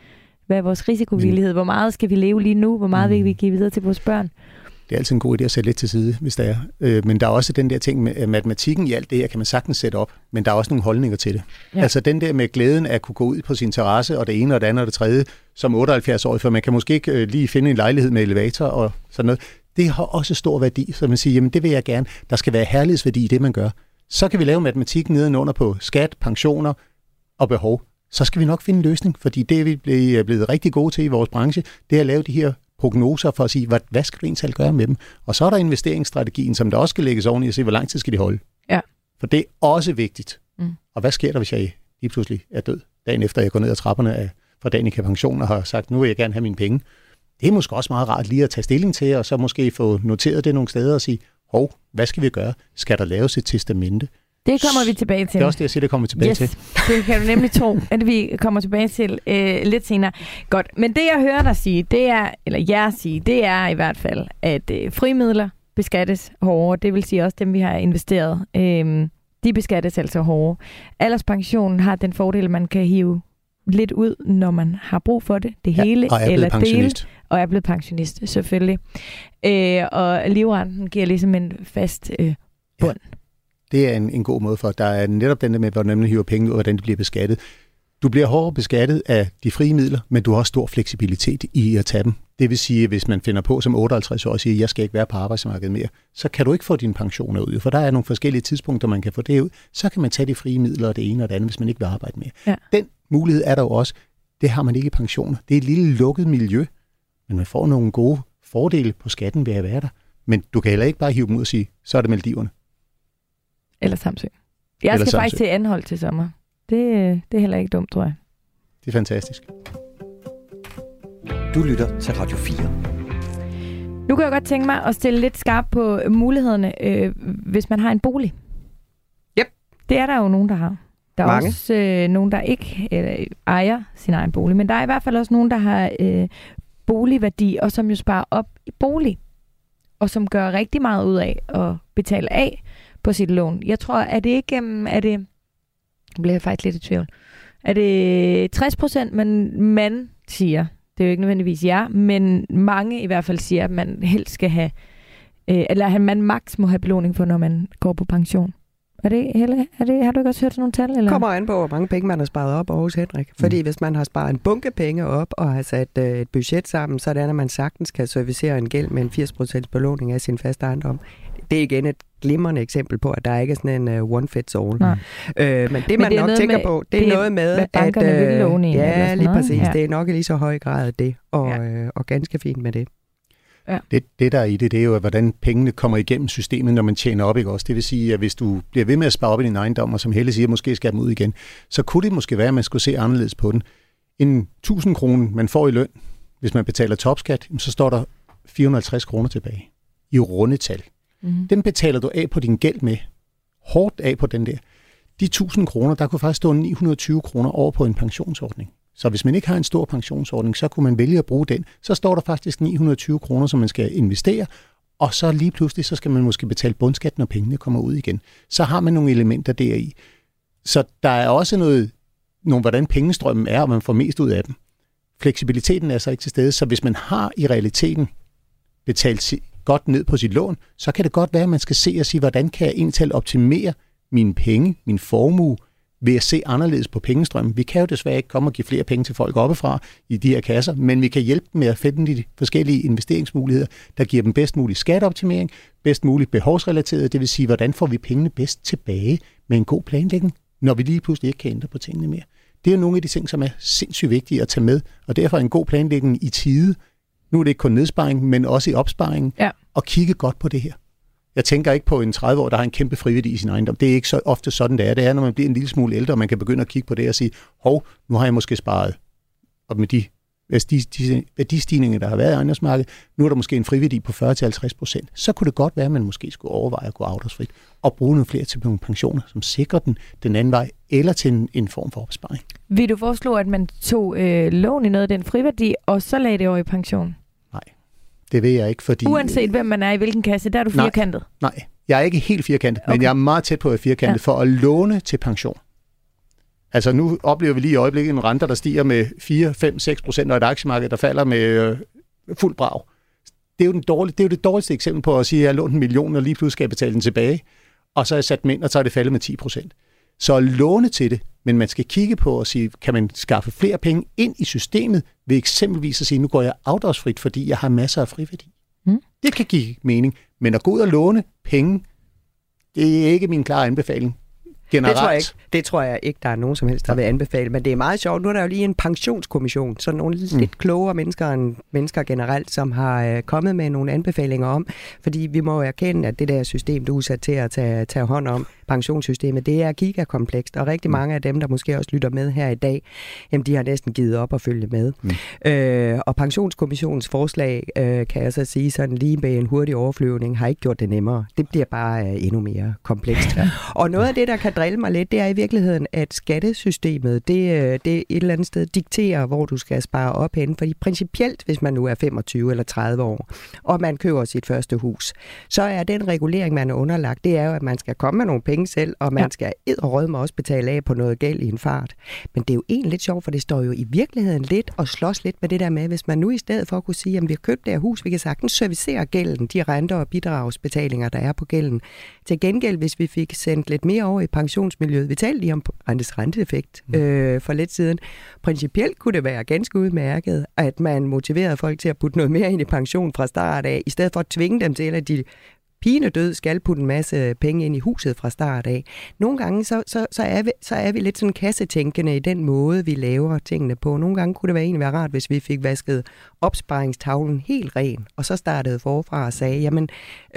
B: Hvad er vores risikovillighed? Hvor meget skal vi leve lige nu? Hvor meget vil vi give videre til vores børn?
C: Det er altid en god idé at sætte lidt til side, hvis der er. Men der er også den der ting med matematikken i alt det her, kan man sagtens sætte op, men der er også nogle holdninger til det. Ja. Altså den der med glæden af at kunne gå ud på sin terrasse, og det ene og det andet og det tredje, som 78-årig, for man kan måske ikke lige finde en lejlighed med elevator og sådan noget. Det har også stor værdi, så man siger, jamen det vil jeg gerne. Der skal være herlighedsværdi i det, man gør. Så kan vi lave matematik nedenunder på skat, pensioner og behov. Så skal vi nok finde en løsning, fordi det vi er blevet rigtig gode til i vores branche, det er at lave de her prognoser for at sige, hvad skal du egentlig gøre med dem? Og så er der investeringsstrategien, som der også skal lægges oven i at se, hvor lang tid skal de holde. Ja. For det er også vigtigt. Og hvad sker der, hvis jeg lige pludselig er død? Dagen efter jeg går ned ad trapperne fra Danica Pension og har sagt, nu vil jeg gerne have mine penge. Det er måske også meget rart lige at tage stilling til, og så måske få noteret det nogle steder og sige, hvad skal vi gøre? Skal der laves et testamente?
B: Det kommer vi tilbage til.
C: Det er også det, jeg siger, det kommer vi tilbage til.
B: Det kan du nemlig tro, at vi kommer tilbage til lidt senere. Godt, men det jeg hører dig sige, det er i hvert fald, at frimidler beskattes hårdere. Det vil sige også dem, vi har investeret. De beskattes altså hårdere. Alderspensionen har den fordel, at man kan hive lidt ud, når man har brug for det. Det hele eller dele. Og er blevet pensionist, selvfølgelig. Og livrenten giver ligesom en fast bund. Ja.
C: Det er en god måde for, der er netop den der med, hvordan man hiver penge ud, og hvordan de bliver beskattet. Du bliver hårdere beskattet af de frie midler, men du har stor fleksibilitet i at tage dem. Det vil sige, at hvis man finder på som 58 år og siger, at jeg skal ikke være på arbejdsmarkedet mere, så kan du ikke få dine pensioner ud, for der er nogle forskellige tidspunkter, man kan få det ud. Så kan man tage de frie midler og det ene og det andet, hvis man ikke vil arbejde mere. Ja. Den mulighed er der jo også. Det har man ikke i pensioner. Det er et lille lukket miljø, men man får nogle gode fordele på skatten ved at være der. Men du kan heller ikke bare hive dem ud og sige, så er det Maldiverne.
B: Eller Samsø. Jeg skal faktisk til Anholt til sommer. Det er heller ikke dumt, tror jeg.
C: Det er fantastisk.
A: Du lytter til Radio 4.
B: Nu kan jeg godt tænke mig at stille lidt skarp på mulighederne, hvis man har en bolig.
D: Yep.
B: Det er der jo nogen, der har. Der er
D: mange.
B: Også nogen, der ikke ejer sin egen bolig. Men der er i hvert fald også nogen, der har boligværdi, og som jo sparer op i bolig. Og som gør rigtig meget ud af at betale af på sit lån. Jeg tror, er det ikke... Jeg bliver faktisk lidt i tvivl. Er det 60%, man siger? Det er jo ikke nødvendigvis men mange i hvert fald siger, at man helst skal have... eller at man maks må have belåning for, når man går på pension. Er det, Helle? Har du ikke også hørt sådan nogle tal? Eller?
D: Kommer an på, hvor mange penge man har sparet op hos Henrik. Fordi hvis man har sparet en bunke penge op og har sat et budget sammen, så er det, at man sagtens kan servicere en gæld med en 80% belåning af sin faste ejendom. Det er igen et glimrende eksempel på, at der ikke er sådan en one fits all. Men det man nok tænker på, det er noget med,
B: at bankerne vil låne.
D: Ja, lige præcis. Ja. Det er nok i lige så høj grad det, og ganske fint med det.
C: Ja. Det der er i det er jo, hvordan pengene kommer igennem systemet, når man tjener op, ikke også? Det vil sige, at hvis du bliver ved med at spare op i din ejendom, og som Helle siger, måske skal dem ud igen, så kunne det måske være, at man skulle se anderledes på den. En 1000 kroner, man får i løn, hvis man betaler topskat, så står der 450 kroner tilbage i rundetal. Mm-hmm. Den betaler du af på din gæld med. Hårdt af på den der. De 1000 kroner, der kunne faktisk stå 920 kroner over på en pensionsordning. Så hvis man ikke har en stor pensionsordning, så kunne man vælge at bruge den. Så står der faktisk 920 kroner, som man skal investere, og så lige pludselig, så skal man måske betale bundskat, når pengene kommer ud igen. Så har man nogle elementer deri. Så der er også noget hvordan pengestrømmen er, og man får mest ud af dem. Fleksibiliteten er så ikke til stede, så hvis man har i realiteten betalt godt ned på sit lån, så kan det godt være, at man skal se og sige, hvordan kan jeg egentlig optimere mine penge, min formue, ved at se anderledes på pengestrømmen. Vi kan jo desværre ikke komme og give flere penge til folk oppefra i de her kasser, men vi kan hjælpe dem med at finde de forskellige investeringsmuligheder, der giver dem bedst mulig skatteoptimering, bedst muligt behovsrelateret, det vil sige, hvordan får vi pengene bedst tilbage med en god planlægning, når vi lige pludselig ikke kan ændre på tingene mere. Det er nogle af de ting, som er sindssygt vigtige at tage med, og derfor en god planlægning i tide. Nu er det ikke kun nedsparing, men også i opsparingen, og kigge godt på det her. Jeg tænker ikke på en 30-år, der har en kæmpe friværdi i sin ejendom. Det er ikke så ofte sådan, det er. Det er, når man bliver en lille smule ældre, og man kan begynde at kigge på det og sige, nu har jeg måske sparet. Og med de værdistigninger, der har været i ejendomsmarkedet, nu er der måske en friværdi på 40-50%. Så kunne det godt være, at man måske skulle overveje at gå afdragsfrit og bruge nogle flere til nogle pensioner, som sikrer den anden vej, eller til en form for opsparing.
B: Vil du foreslå, at man tog lån i noget af den friværdi, og så lagde det over i pension?
C: Det ved jeg ikke, fordi...
B: Uanset hvem man er i hvilken kasse, der er du firkantet?
C: Nej, jeg er ikke helt firkantet, men jeg er meget tæt på at være firkantet for at låne til pension. Altså nu oplever vi lige i øjeblikket en rente, der stiger med 4, 5, 6%, og et aktiemarked, der falder med fuld brag. Det er jo det dårligste eksempel på at sige, at jeg har lånt 1 million, og lige pludselig skal jeg betale den tilbage, og så er jeg sat den ind, og så er det faldet med 10%. Så låne til det, men man skal kigge på og sige, kan man skaffe flere penge ind i systemet, ved eksempelvis at sige, nu går jeg afdragsfrit, fordi jeg har masser af friværdi. Det kan give mening, men at gå ud og låne penge, det er ikke min klare anbefaling. Generelt.
D: Det tror jeg ikke, der er nogen som helst, der vil anbefale. Men det er meget sjovt. Nu er der jo lige en pensionskommission, så nogle lidt klogere mennesker end mennesker generelt, som har kommet med nogle anbefalinger om. Fordi vi må jo erkende, at det der system, du er sat til at tage hånd om, pensionssystemet, det er gigakomplekst. Og rigtig mange af dem, der måske også lytter med her i dag, jamen, de har næsten givet op at følge med. Og pensionskommissionens forslag, kan jeg så sige, sådan lige med en hurtig overflyvning, har ikke gjort det nemmere. Det bliver bare endnu mere komplekst. Og noget af det, der kan drille mig lidt, det er i virkeligheden, at skattesystemet, det et eller andet sted dikterer, hvor du skal spare op henne. Fordi principielt, hvis man nu er 25 eller 30 år, og man køber sit første hus, så er den regulering, man er underlagt, det er jo, at man skal komme med nogle penge selv, og man skal edderrødme også betale af på noget gæld i en fart. Men det er jo egentlig lidt sjovt, for det står jo i virkeligheden lidt og slås lidt med det der med, hvis man nu i stedet for at kunne sige, at vi har købt det her hus, vi kan sagtens servicere gælden, de renter og bidragsbetalinger, der er på gælden. Til gengæld, hvis vi fik sendt lidt mere over i pensionsmiljøet, vi talte lige om renteeffekt for lidt siden. Principielt kunne det være ganske udmærket, at man motiverede folk til at putte noget mere ind i pension fra start af, i stedet for at tvinge dem til, at de pinedød skal putte en masse penge ind i huset fra start af. Nogle gange så er vi lidt sådan kassetænkende i den måde, vi laver tingene på. Nogle gange kunne det egentlig være rart, hvis vi fik vasket opsparingstavlen helt ren, og så startede forfra og sagde, jamen,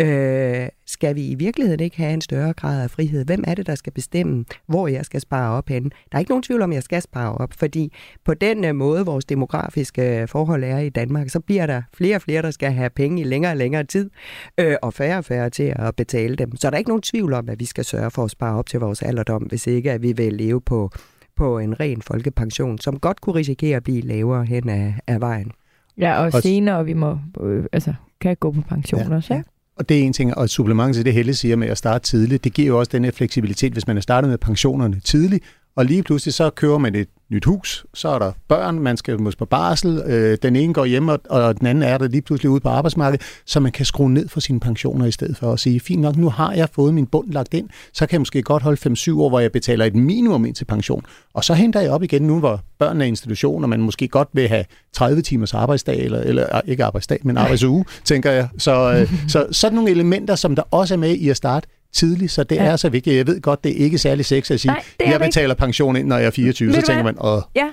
D: skal vi i virkeligheden ikke have en større grad af frihed? Hvem er det, der skal bestemme, hvor jeg skal spare op henne? Der er ikke nogen tvivl om, at jeg skal spare op, fordi på den måde, vores demografiske forhold er i Danmark, så bliver der flere og flere, der skal have penge i længere og længere tid, og færre og færre til at betale dem. Så der er ikke nogen tvivl om, at vi skal sørge for at spare op til vores alderdom, hvis ikke at vi vil leve på en ren folkepension, som godt kunne risikere at blive lavere hen af vejen.
B: Ja, og senere vi må kan gå på pension også, ikke?
C: Og det er en ting, og et supplement til det, Helle siger med at starte tidligt, det giver jo også den her fleksibilitet, hvis man er startet med pensionerne tidligt, og lige pludselig så kører man et nyt hus, så er der børn, man skal måske på barsel, den ene går hjem, og den anden er der lige pludselig ude på arbejdsmarkedet, så man kan skrue ned for sine pensioner i stedet for at sige, fint nok, nu har jeg fået min bund lagt ind, så kan jeg måske godt holde 5-7 år, hvor jeg betaler et minimum ind til pension, og så henter jeg op igen nu, hvor børnene er i institution, og man måske godt vil have 30 timers arbejdsdag, eller ikke arbejdsdag, men arbejdsuge, tænker jeg. Så sådan nogle elementer, som der også er med i at starte tidligt, så det er så vigtigt. Jeg ved godt, det er ikke særlig sexy at sige, jeg betaler pension ind, når jeg er 24, så tænker man,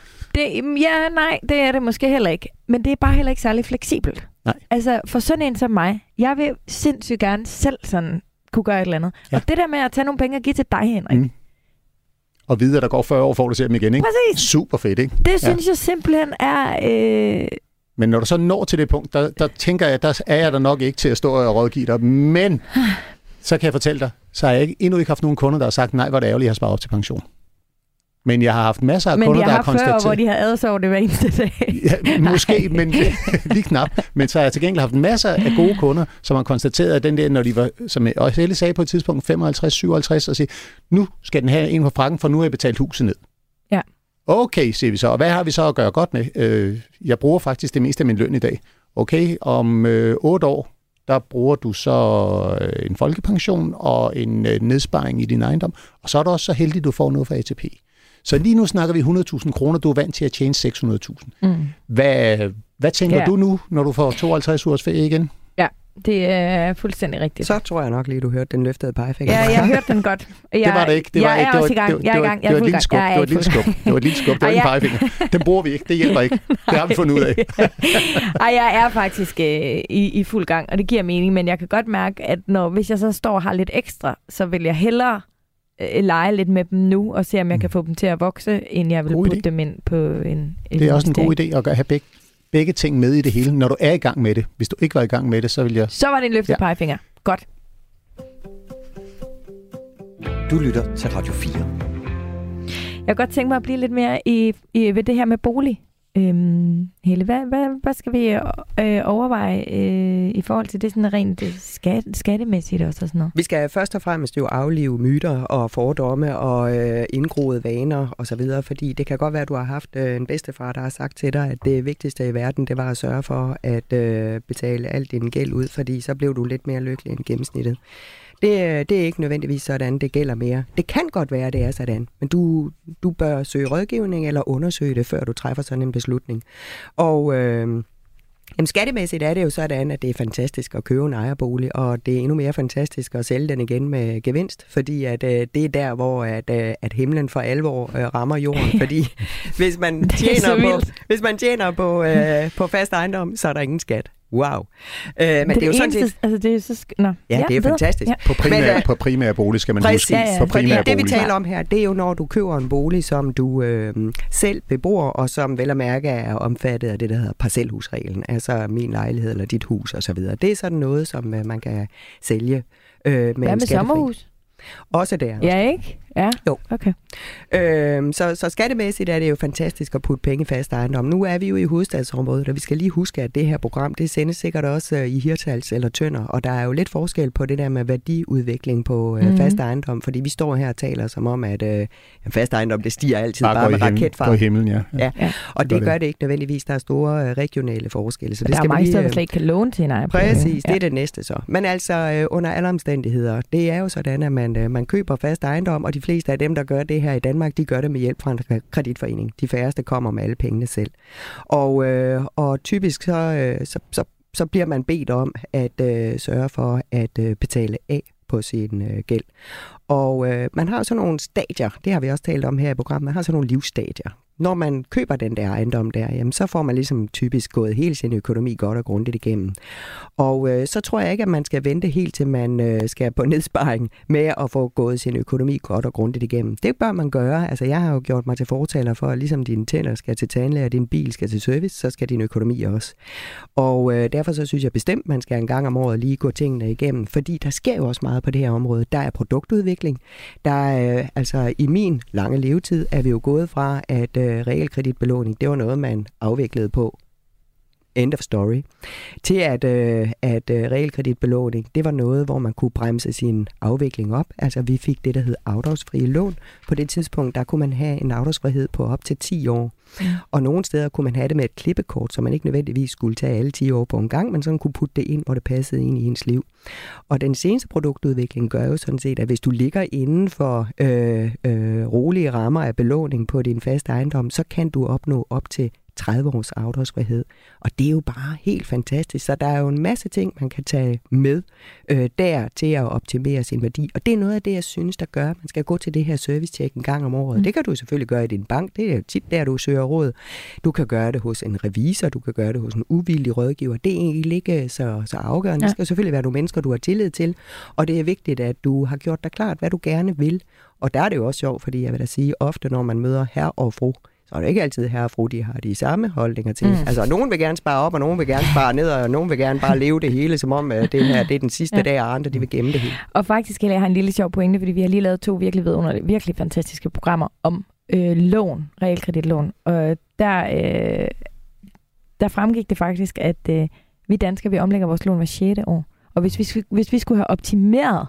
B: det er det måske heller ikke. Men det er bare heller ikke særlig fleksibelt.
C: Nej.
B: Altså, for sådan en som mig, jeg vil sindssygt gerne selv sådan kunne gøre et eller andet. Ja. Og det der med at tage nogle penge og give til dig, Henrik.
C: Og vide, at der går 40 år, for du ser dem igen, ikke?
B: Præcis.
C: Super fedt, ikke?
B: Det synes jeg simpelthen er...
C: Men når du så når til det punkt, der tænker jeg, der er jeg der nok ikke til at stå og rådgive dig. Men så kan jeg fortælle dig, så har jeg endnu ikke haft nogen kunder, der har sagt, nej, hvor det ærgerligt, jeg har sparet op til pension. Men jeg har haft masser af kunder, der har konstateret... Men de har haft 40 år, hvor de har adsover det hver eneste dag. Ja, måske, men lige knap. Men så har jeg til gengæld haft masser af gode kunder, som har konstateret, at den der, når de var, som jeg også Helle sagde på et tidspunkt, 55-57, og sige, nu skal den have en på frakken, for nu har jeg betalt huset ned. Ja. Okay, siger vi så. Og hvad har vi så at gøre godt med? Jeg bruger faktisk det meste af min løn i dag. Okay, om 8 år, der bruger du så en folkepension og en nedsparing i din ejendom, og så er du også så heldig, at du får noget fra ATP. Så lige nu snakker vi 100.000 kroner, du er vant til at tjene 600.000. Hvad tænker du nu, når du får 52 ugers ferie igen? Ja,
B: det er fuldstændig rigtigt.
D: Så tror jeg nok lige, du hørte den løftede pegefinger.
B: Ja, jeg hørte den godt.
C: Det var det ikke. Det var
B: jeg er også i gang. Jeg er i gang.
C: Det var et lille skub. Det var et lille skub. Det var et lille skub. Det var en pegefinger. Den bruger vi ikke. Det hjælper ikke. Det har vi fundet ud af.
B: Jeg er faktisk i fuld gang, og det giver mening, men jeg kan godt mærke, at hvis jeg så står og har lidt ekstra, så vil jeg hellere lege lidt med dem nu, og se, om jeg kan få dem til at vokse, end jeg vil putte dem ind på en
C: det er også en god idé at have begge ting med i det hele, når du er i gang med det. Hvis du ikke var i gang med det, så vil jeg...
B: Så var det en løftet pegefinger. Godt.
A: Du lytter til Radio 4.
B: Jeg kan godt tænke mig at blive lidt mere ved det her med bolig. Helle, hvad skal vi overveje i forhold til det sådan rent skattemæssigt også og sådan noget?
D: Vi skal først og fremmest jo aflive myter og fordomme og indgroede vaner og så videre, fordi det kan godt være, at du har haft en bedstefar, der har sagt til dig, at det vigtigste i verden, det var at sørge for at betale alt din gæld ud, fordi så blev du lidt mere lykkelig end gennemsnittet. Det er ikke nødvendigvis sådan, det gælder mere. Det kan godt være, det er sådan, men du bør søge rådgivning eller undersøge det, før du træffer sådan en beslutning. Og skattemæssigt er det jo sådan, at det er fantastisk at købe en ejerbolig, og det er endnu mere fantastisk at sælge den igen med gevinst, fordi at, det er der, hvor at himlen for alvor rammer jorden. Fordi hvis man tjener på fast ejendom, så er der ingen skat. Wow. Men det er jo sådan set...
B: Altså, det er så...
D: Ja, det er fantastisk.
B: Ja.
C: På primær bolig skal man
D: huske.
C: På primær
D: det, vi taler om her, det er jo, når du køber en bolig, som du selv bebor, og som vel at mærke er omfattet af det, der hedder parcelhusreglen. Altså min lejlighed eller dit hus osv. Det er sådan noget, som man kan sælge med
B: Hvad med sommerhus?
D: Også der.
B: Ja, ikke? Ja,
D: jo.
B: Okay.
D: Så skattemæssigt er det jo fantastisk at putte penge i fast ejendom. Nu er vi jo i hovedstadsområdet, og vi skal lige huske, at det her program, det sendes sikkert også i Hirtshals eller Tønder, og der er jo lidt forskel på det der med værdiudvikling på fast ejendom, fordi vi står her og taler som om, at fast ejendom, det stiger altid bare med raketfart.
C: På himlen, ja.
D: Og det gør det ikke nødvendigvis. Der er store regionale forskelle. Så det
B: der er mange steder, der slet ikke kan låne til en ejerbolig.
D: Præcis, det er det næste så. Men altså, under alle omstændigheder, det er jo sådan, at man køber fast ejendom, og de fleste af dem, der gør det her i Danmark, de gør det med hjælp fra en kreditforening. De færreste kommer med alle pengene selv. Og typisk så bliver man bedt om at sørge for at betale af på sin gæld. Og man har sådan nogle stadier, det har vi også talt om her i programmet, man har sådan nogle livsstadier. Når man køber den der ejendom der, jamen, så får man ligesom typisk gået hele sin økonomi godt og grundigt igennem. Og så tror jeg ikke, at man skal vente helt til man skal på nedsparing med at få gået sin økonomi godt og grundigt igennem. Det bør man gøre. Altså jeg har jo gjort mig til fortaler for, at ligesom dine tænder skal til tandlæge, og din bil skal til service, så skal din økonomi også. Og derfor så synes jeg bestemt, man skal en gang om året lige gå tingene igennem, fordi der sker jo også meget på det her område. Der er produktudvikling. Der er, altså i min lange levetid er vi jo gået fra, at realkreditbelåning, det var noget, man afviklede på. End of story. Til at realkreditbelåning, det var noget, hvor man kunne bremse sin afvikling op. Altså vi fik det, der hed afdragsfrie lån. På det tidspunkt, der kunne man have en afdragsfrihed på op til 10 år. Og nogle steder kunne man have det med et klippekort, så man ikke nødvendigvis skulle tage alle 10 år på en gang, men sådan kunne putte det ind, hvor det passede ind i ens liv. Og den seneste produktudvikling gør jo sådan set, at hvis du ligger inden for rolige rammer af belåning på din faste ejendom, så kan du opnå op til 30 års afdragsfrihed. Og det er jo bare helt fantastisk. Så der er jo en masse ting, man kan tage med der til at optimere sin værdi. Og det er noget af det, jeg synes, der gør, at man skal gå til det her servicetjek en gang om året. Det kan du selvfølgelig gøre i din bank. Det er jo tit der, du søger råd. Du kan gøre det hos en revisor. Du kan gøre det hos en uvildig rådgiver. Det er egentlig ikke så afgørende. Det skal selvfølgelig være nogle mennesker, du har tillid til. Og det er vigtigt, at du har gjort dig klart, hvad du gerne vil. Og der er det jo også sjovt, fordi jeg vil da sige, ofte når man møder herre og fru, så er det ikke altid herre og fru, de har de samme holdninger til. Altså, nogen vil gerne spare op, og nogen vil gerne spare ned, og nogen vil gerne bare leve det hele, som om det her det er den sidste dag, og andre de vil gemme det hele.
B: Og faktisk, jeg har en lille sjov pointe, fordi vi har lige lavet 2 virkelig fantastiske programmer om lån, realkreditlån. Og der fremgik det faktisk, at vi danskere, vi omlægger vores lån hver 6. år. Og hvis vi skulle have optimeret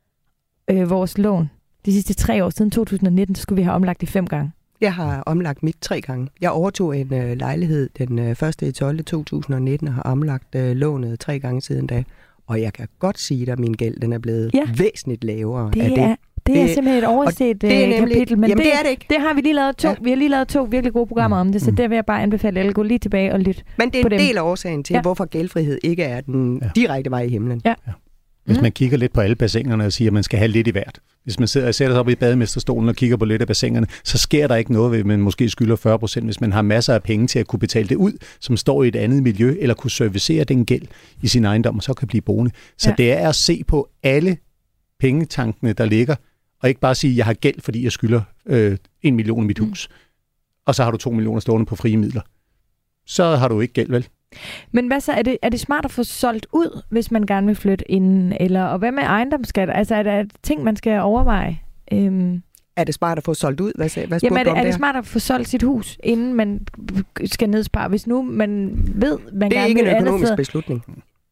B: vores lån de sidste 3 år siden 2019, så skulle vi have omlagt det 5 gange.
D: Jeg har omlagt mit 3 gange. Jeg overtog en lejlighed den 1.12.2019 og har omlagt lånet 3 gange siden da. Og jeg kan godt sige dig, at min gæld den er blevet væsentligt lavere af det.
B: Det er simpelthen et overset kapitel, men
D: det er det ikke.
B: Det har vi lige lavet 2. Ja. Vi har lige lavet 2 virkelig gode programmer om det, så der vil jeg bare anbefale alle at gå lige tilbage og lytte.
D: Men det er en del af årsagen til, hvorfor gældfrihed ikke er den direkte vej i himlen.
B: Ja.
C: Hvis man kigger lidt på alle bassinerne og siger, at man skal have lidt i hvert. Hvis man sætter sig op i bademesterstolen og kigger på lidt af bassinerne, så sker der ikke noget ved, at man måske skylder 40%, hvis man har masser af penge til at kunne betale det ud, som står i et andet miljø, eller kunne servicere den gæld i sin ejendom, og så kan blive boende. Så det er at se på alle pengetankene, der ligger, og ikke bare sige, at jeg har gæld, fordi jeg skylder 1 million i mit hus, og så har du 2 millioner stående på frie midler. Så har du ikke gæld, vel?
B: Men hvad så? Er det smart at få solgt ud, hvis man gerne vil flytte inden? Og hvad med ejendomsskat? Altså er der ting, man skal overveje?
D: Er det smart at få solgt ud? Hvad spurgte
B: Jamen,
D: du om
B: er det
D: der?
B: smart at få solgt sit hus, inden man skal nedspare? Hvis nu man ved, man
D: Det er
B: gerne
D: ikke
B: vil
D: en økonomisk
B: andet
D: beslutning.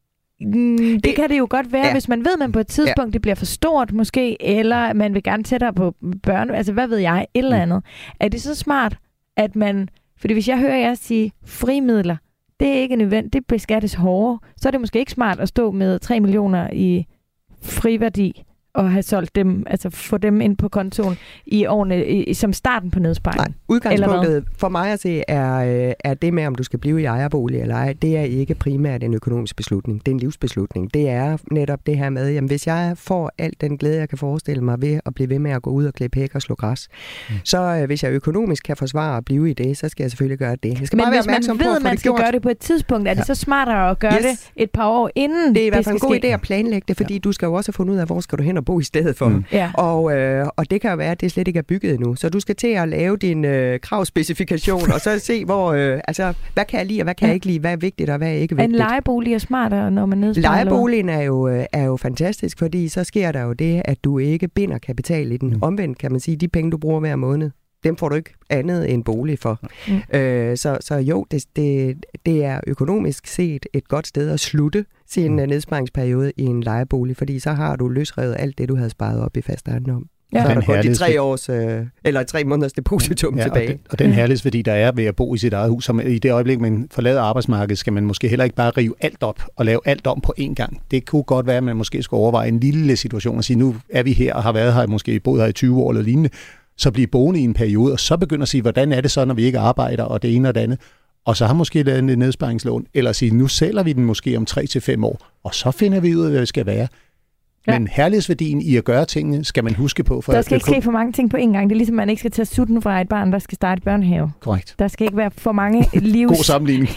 B: det kan det jo godt være, hvis man ved, man på et tidspunkt, det bliver for stort måske, eller man vil gerne tættere på børn, altså hvad ved jeg, et eller andet. Er det så smart, at man, fordi hvis jeg hører jer sige frimidler, det er ikke nødvendigt, det beskattes hårdere, så er det måske ikke smart at stå med 3 millioner i friværdi, og have solgt dem, altså få dem ind på kontoen i årene, som starten på nedsparingen.
D: Nej, udgangspunktet for mig at se er det med, om du skal blive i ejerbolig eller ej, det er ikke primært en økonomisk beslutning. Det er en livsbeslutning. Det er netop det her med, jamen hvis jeg får alt den glæde, jeg kan forestille mig ved at blive ved med at gå ud og klippe hæk og slå græs, så hvis jeg økonomisk kan forsvare at blive i det, så skal jeg selvfølgelig gøre det. Jeg skal bare være opmærksom på, at
B: man skal gøre det på et tidspunkt, er det så smartere at gøre det et par år inden
D: det er i hvert fald en god idé at planlægge det, fordi du skal jo også have fundet ud af, hvor skal du hen og bo i stedet for.
B: Ja.
D: Og det kan jo være, at det slet ikke er bygget endnu. Så du skal til at lave din kravspecifikation, og så se, hvor, hvad kan jeg lide, og hvad kan jeg ikke lide, hvad er vigtigt, og hvad er ikke vigtigt.
B: En lejebolig er smartere, når man nedsparer?
D: Lejeboligen er jo fantastisk, fordi så sker der jo det, at du ikke binder kapital i den. Omvendt kan man sige, de penge, du bruger hver måned, dem får du ikke andet end bolig for. Så jo, det er økonomisk set et godt sted at slutte sin nedsparingsperiode i en lejebolig, fordi så har du løsrevet alt det, du havde sparet op i fast ejendom. Ja. Så er der kun de 3 års, eller 3 måneders depositum tilbage.
C: Og den herlighedsværdi, der er ved at bo i sit eget hus, som i det øjeblik, man forlader arbejdsmarkedet, skal man måske heller ikke bare rive alt op og lave alt om på én gang. Det kunne godt være, at man måske skulle overveje en lille situation og sige, nu er vi her og har været her, måske boet her i 20 år eller lignende, så blive boende i en periode, og så begynder at sige, hvordan er det så, når vi ikke arbejder, og det ene og det andet. Og så har måske lavet en nedsparingslån, eller sige, nu sælger vi den måske om 3 til 5 år, og så finder vi ud af, hvad det skal være. Men herlighedsværdien i at gøre tingene, skal man huske på. For
B: der skal ikke ske for mange ting på en gang. Det er ligesom, man ikke skal tage sutten fra et barn, der skal starte børnehave.
C: Korrekt.
B: Der skal ikke være for mange livs...
C: God sammenligning.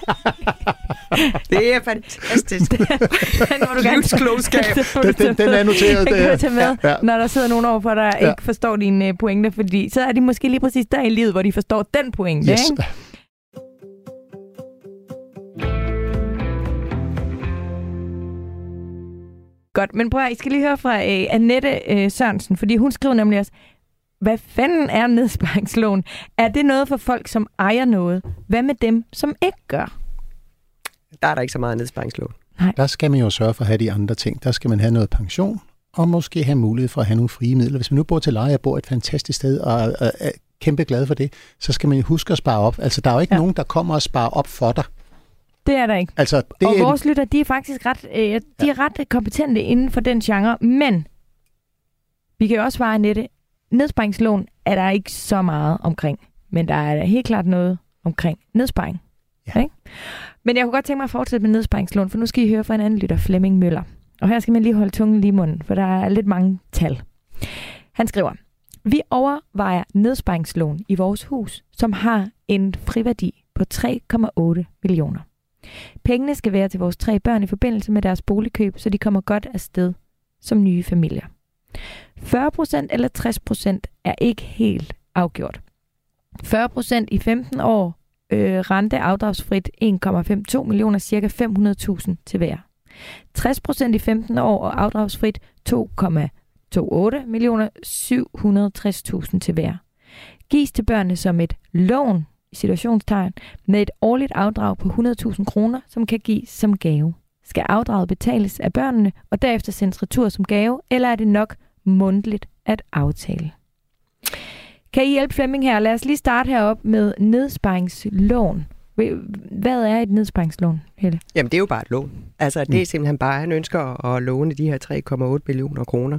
D: Det er fantastisk. Livsklogskab.
C: Den er noteret.
B: Den kan du tage med, når der sidder nogen overfor, der ikke forstår dine pointer, fordi så er de måske lige præcis der i livet, hvor de forstår den pointe.
C: Yes.
B: Ikke? Godt, men prøv at I skal lige høre fra Annette Sørensen, fordi hun skriver nemlig også, hvad fanden er nedsparingslån? Er det noget for folk, som ejer noget? Hvad med dem, som ikke gør?
D: Der er der ikke så meget nedsparingslån.
B: Nej.
C: Der skal man jo sørge for at have de andre ting. Der skal man have noget pension, og måske have mulighed for at have nogle frie midler. Hvis man nu bor til leje og bor et fantastisk sted, og er kæmpe glad for det, så skal man huske at spare op. Altså, der er jo ikke nogen, der kommer og sparer op for dig.
B: Det er der ikke.
C: Altså,
B: og vores lytter, de er faktisk ret kompetente inden for den genre, men vi kan jo også svare, Annette, nedsparingslån er der ikke så meget omkring, men der er helt klart noget omkring nedsparing. Ja. Ikke? Men jeg kunne godt tænke mig at fortsætte med nedsparingslån, for nu skal I høre fra en anden lytter, Flemming Møller. Og her skal man lige holde tungen lige i munden, for der er lidt mange tal. Han skriver, vi overvejer nedsparingslån i vores hus, som har en friværdi på 3,8 millioner. Pengene skal være til vores 3 børn i forbindelse med deres boligkøb, så de kommer godt afsted som nye familier. 40% eller 60% er ikke helt afgjort. 40% i 15 år, rente afdragsfrit 1,52 millioner, ca. 500.000 til hver. 60% i 15 år og afdragsfrit 2,28 millioner, 760.000 til hver. Gives til børnene som et lån, i situationstegn, med et årligt afdrag på 100.000 kroner, som kan gives som gave. Skal afdraget betales af børnene, og derefter sendes retur som gave, eller er det nok mundtligt at aftale? Kan I hjælpe Flemming her? Lad os lige starte herop med nedsparingslån. Hvad er et nedsparingslån, Helle?
D: Jamen, det er jo bare et lån. Altså, det er simpelthen bare, han ønsker at låne de her 3,8 millioner kroner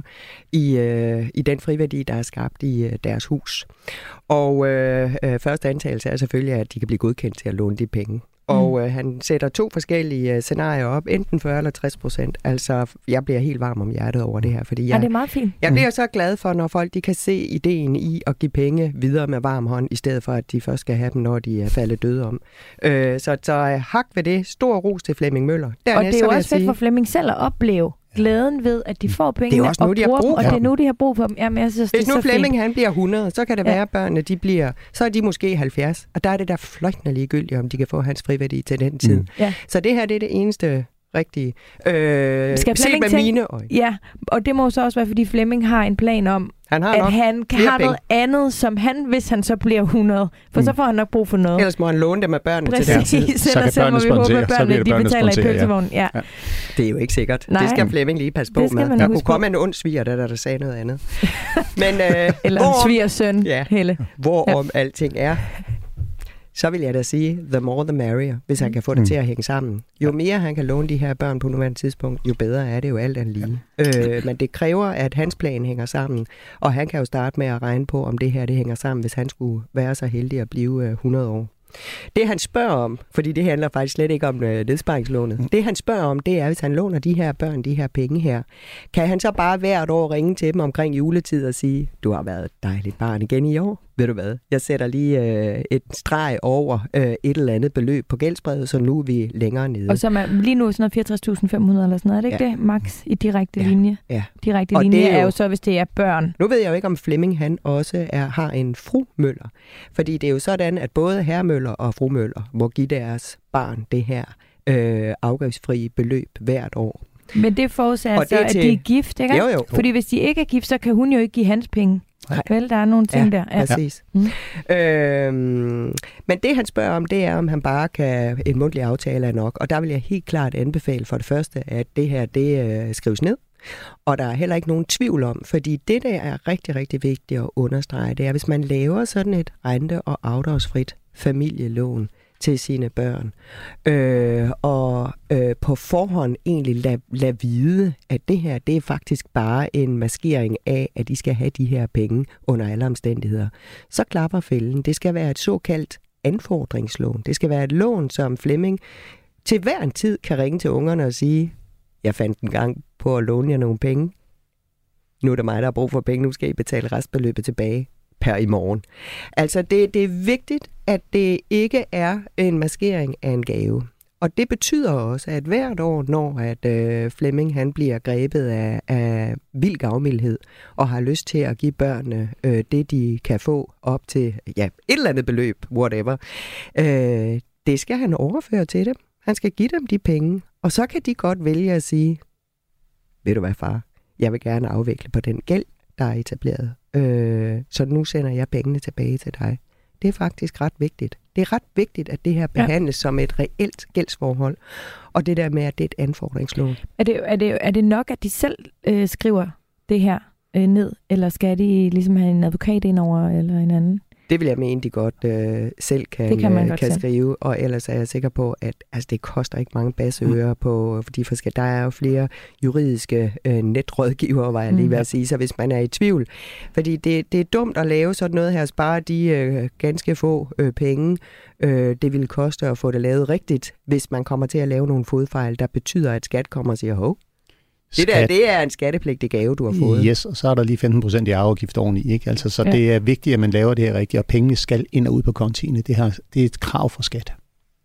D: i den friværdi, der er skabt i deres hus. Og første antagelse er selvfølgelig, at de kan blive godkendt til at låne de penge. Og han sætter 2 forskellige scenarier op, enten 40 eller 60%. Altså, jeg bliver helt varm om hjertet over det her, fordi
B: det er meget fint.
D: Jeg bliver så glad for, når folk de kan se ideen i at give penge videre med varm hånd, i stedet for, at de først skal have dem, når de er faldet døde om. Så hak ved det. Stor ros til Flemming Møller.
B: Og det er jo også fedt for Flemming selv at opleve glæden ved, at de får pengene
D: og bruger dem,
B: og det er nu, de har brug for dem. Jamen, jeg synes,
D: hvis nu Flemming han bliver 100, så kan det være, at børnene så er de måske 70. Og der er det der fløjtende ligegyldigt, om de kan få hans friværdi til den tid. Så det her det er det eneste rigtige.
B: Skal
D: set med mine øjne.
B: Ja, og det må så også være, fordi Flemming har en plan om,
D: han har
B: at han kan have noget andet, som han, hvis han så bliver 100. For så får han nok brug for noget.
D: Ellers må han låne dem af børnene til
B: deres tid. Så kan børnene sponsere, så bliver det børnene betaler i pølsevognen. Ja.
D: Det er jo ikke sikkert. Nej. Det skal Flemming lige passe på med. Der kunne komme en ond sviger, der sagde noget andet. Men,
B: eller en svigersøn, Helle.
D: Hvorom alting er, så vil jeg da sige, the more the merrier, hvis han kan få det til at hænge sammen. Jo mere han kan låne de her børn på nuværende tidspunkt, jo bedre er det jo alt andet lige. Men det kræver, at hans plan hænger sammen, og han kan jo starte med at regne på, om det her det hænger sammen, hvis han skulle være så heldig at blive 100 år. Det han spørger om, fordi det handler faktisk slet ikke om nedsparingslånet. Det han spørger om, det er, hvis han låner de her børn, de her penge her, kan han så bare hvert år ringe til dem omkring juletid og sige, du har været et dejligt barn igen i år. Ved du hvad? Jeg sætter lige et streg over et eller andet beløb på gældsbrevet, så nu er vi længere nede.
B: Og så er lige nu sådan noget 64.500 eller sådan noget, er det ikke det, max i direkte linje?
D: Ja.
B: Direkte linje er jo så, hvis det er børn.
D: Nu ved jeg jo ikke, om Flemming han også har en fru Møller. Fordi det er jo sådan, at både herre Møller og fru Møller må give deres barn det her afgiftsfrie beløb hvert år.
B: Men det forudsætter så, at de er gift, ikke?
D: Jo.
B: Fordi hvis de ikke er gift, så kan hun jo ikke give hans penge. Nej. Vel, der er nogle ting der.
D: Ja, præcis. Men det han spørger om, det er, om han bare kan, en mundtlig aftale er nok. Og der vil jeg helt klart anbefale for det første, at det her, det skrives ned. Og der er heller ikke nogen tvivl om, fordi det, der er rigtig, rigtig vigtigt at understrege, det er, hvis man laver sådan et rente- og afdragsfrit familielån til sine børn, på forhånd egentlig lad vide, at det her, det er faktisk bare en maskering af, at de skal have de her penge under alle omstændigheder. Så klapper fælden. Det skal være et såkaldt anfordringslån. Det skal være et lån, som Flemming til hver en tid kan ringe til ungerne og sige, jeg fandt en gang på at låne jer nogle penge. Nu er det mig, der har brug for penge. Nu skal I betale restbeløbet tilbage per i morgen. Altså, det er vigtigt, at det ikke er en maskering af en gave. Og det betyder også, at hvert år, når Flemming han bliver grebet af vild gavmildhed og har lyst til at give børnene det, de kan få op til et eller andet beløb, whatever, det skal han overføre til dem. Han skal give dem de penge, og så kan de godt vælge at sige, ved du hvad, far, jeg vil gerne afvikle på den gæld, der er etableret. Så nu sender jeg pengene tilbage til dig. Det er faktisk ret vigtigt. Det er ret vigtigt, at det her behandles som et reelt gældsforhold. Og det der med, at det er et anfordringslån.
B: Er det nok, at de selv skriver det her ned? Eller skal de ligesom have en advokat ind over eller en anden?
D: Det vil jeg mene, de godt selv kan skrive, og ellers er jeg sikker på, at det koster ikke mange basseører på de forskellige. Der er jo flere juridiske netrådgivere, var jeg lige ved at sige, så hvis man er i tvivl. Fordi det er dumt at lave sådan noget her, spare de ganske få penge. Det vil koste at få det lavet rigtigt, hvis man kommer til at lave nogle fodfejl, der betyder, at skat kommer og siger, hov, det er en skattepligtig gave, du har fået.
C: Yes, og så er der lige 15% i arveafgift oveni, ikke? Altså, så det er vigtigt, at man laver det her rigtigt, og pengene skal ind og ud på kontiene. Det er et krav for skat.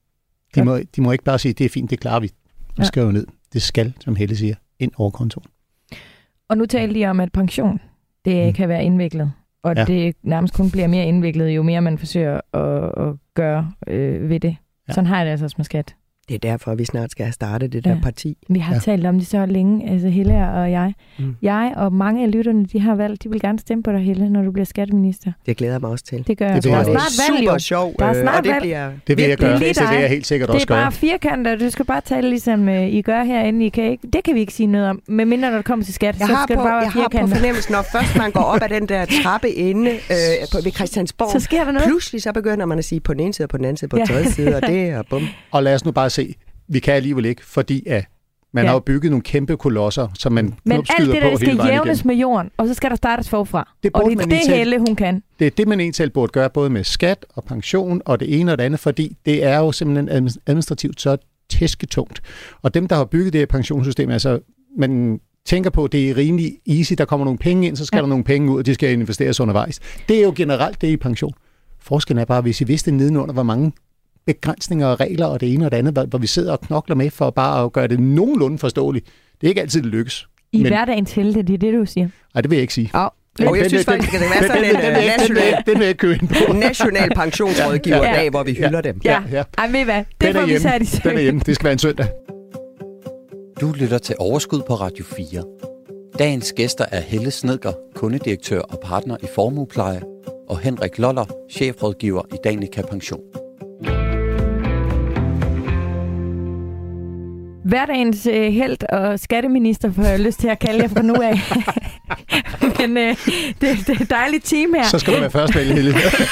C: De må ikke bare sige, det er fint, det klarer vi. Og skrive ned. Det skal, som Helle siger, ind over kontoen. Og
B: nu talte de om, at pension, det kan være indviklet. Og det nærmest kun bliver mere indviklet, jo mere man forsøger at gøre ved det. Ja. Sådan har jeg det altså med skat.
D: Det er derfor, vi snart skal have startet det der parti.
B: Vi har talt om det så længe, altså Helle og jeg. Jeg og mange af lytterne, de har valgt, de vil gerne stemme på dig, Helle, når du bliver skatteminister.
D: Det glæder jeg mig også til.
B: Det gør jeg.
D: Der er snart valg, super sjov,
B: der er snart
D: og det bliver...
C: Det vil jeg gøre, det vil jeg helt sikkert også gøre.
B: Det er bare firkanter, du skal bare tale ligesom I gør herinde. Det kan vi ikke sige noget om, medmindre når det kommer til skat, så skal det bare være firkanter.
D: Jeg har på fornemmelsen, når først man går op ad den der trappe inde ved Christiansborg,
B: så sker der noget.
D: Pludselig så begynder man at sige på den ene side og på den anden side, på den tredje side, og det er bum.
C: Og lad os nu bare se, vi kan alligevel ikke, fordi at man har jo bygget nogle kæmpe kolosser, som man knopskyder på hele vejen igen.
B: Men alt det der skal jævnes med jorden, og så skal der startes forfra. Og det er det Helle, hun kan.
C: Det er det, man egentlig burde gøre, både med skat og pension og det ene og det andet, fordi det er jo simpelthen administrativt så tæsketungt. Og dem, der har bygget det her pensionssystem, altså man tænker på, at det er rimelig easy, der kommer nogle penge ind, så skal der nogle penge ud, og de skal investeres undervejs. Det er jo generelt det i pension. Forskellen er bare, hvis I vidste nedenunder, hvor mange begrænsninger og regler og det ene og det andet, hvor vi sidder og knokler med for bare at gøre det nogenlunde forståeligt. Det er ikke altid, det lykkes.
B: I hverdagen til det er det, du siger?
C: Nej, det vil jeg ikke sige.
D: Jeg synes faktisk, at det kan være sådan
C: den vil jeg købe ind på.
D: National pensionsrådgiver-dag, hvor vi hylder dem.
B: Ja. Ej, ved I hvad? Det får vi sat i søg.
C: Den er hjemme. Det skal være en søndag.
A: Du lytter til Overskud på Radio 4. Dagens gæster er Helle Snedker, kundedirektør og partner i Formuepleje, og Henrik Loller, chefrådgiver i Danica Pension.
B: Hverdagens helt og skatteminister får jeg lyst til at kalde jer fra nu af. Men det er et dejligt team her.
C: Så skal du være først vælge, Helle.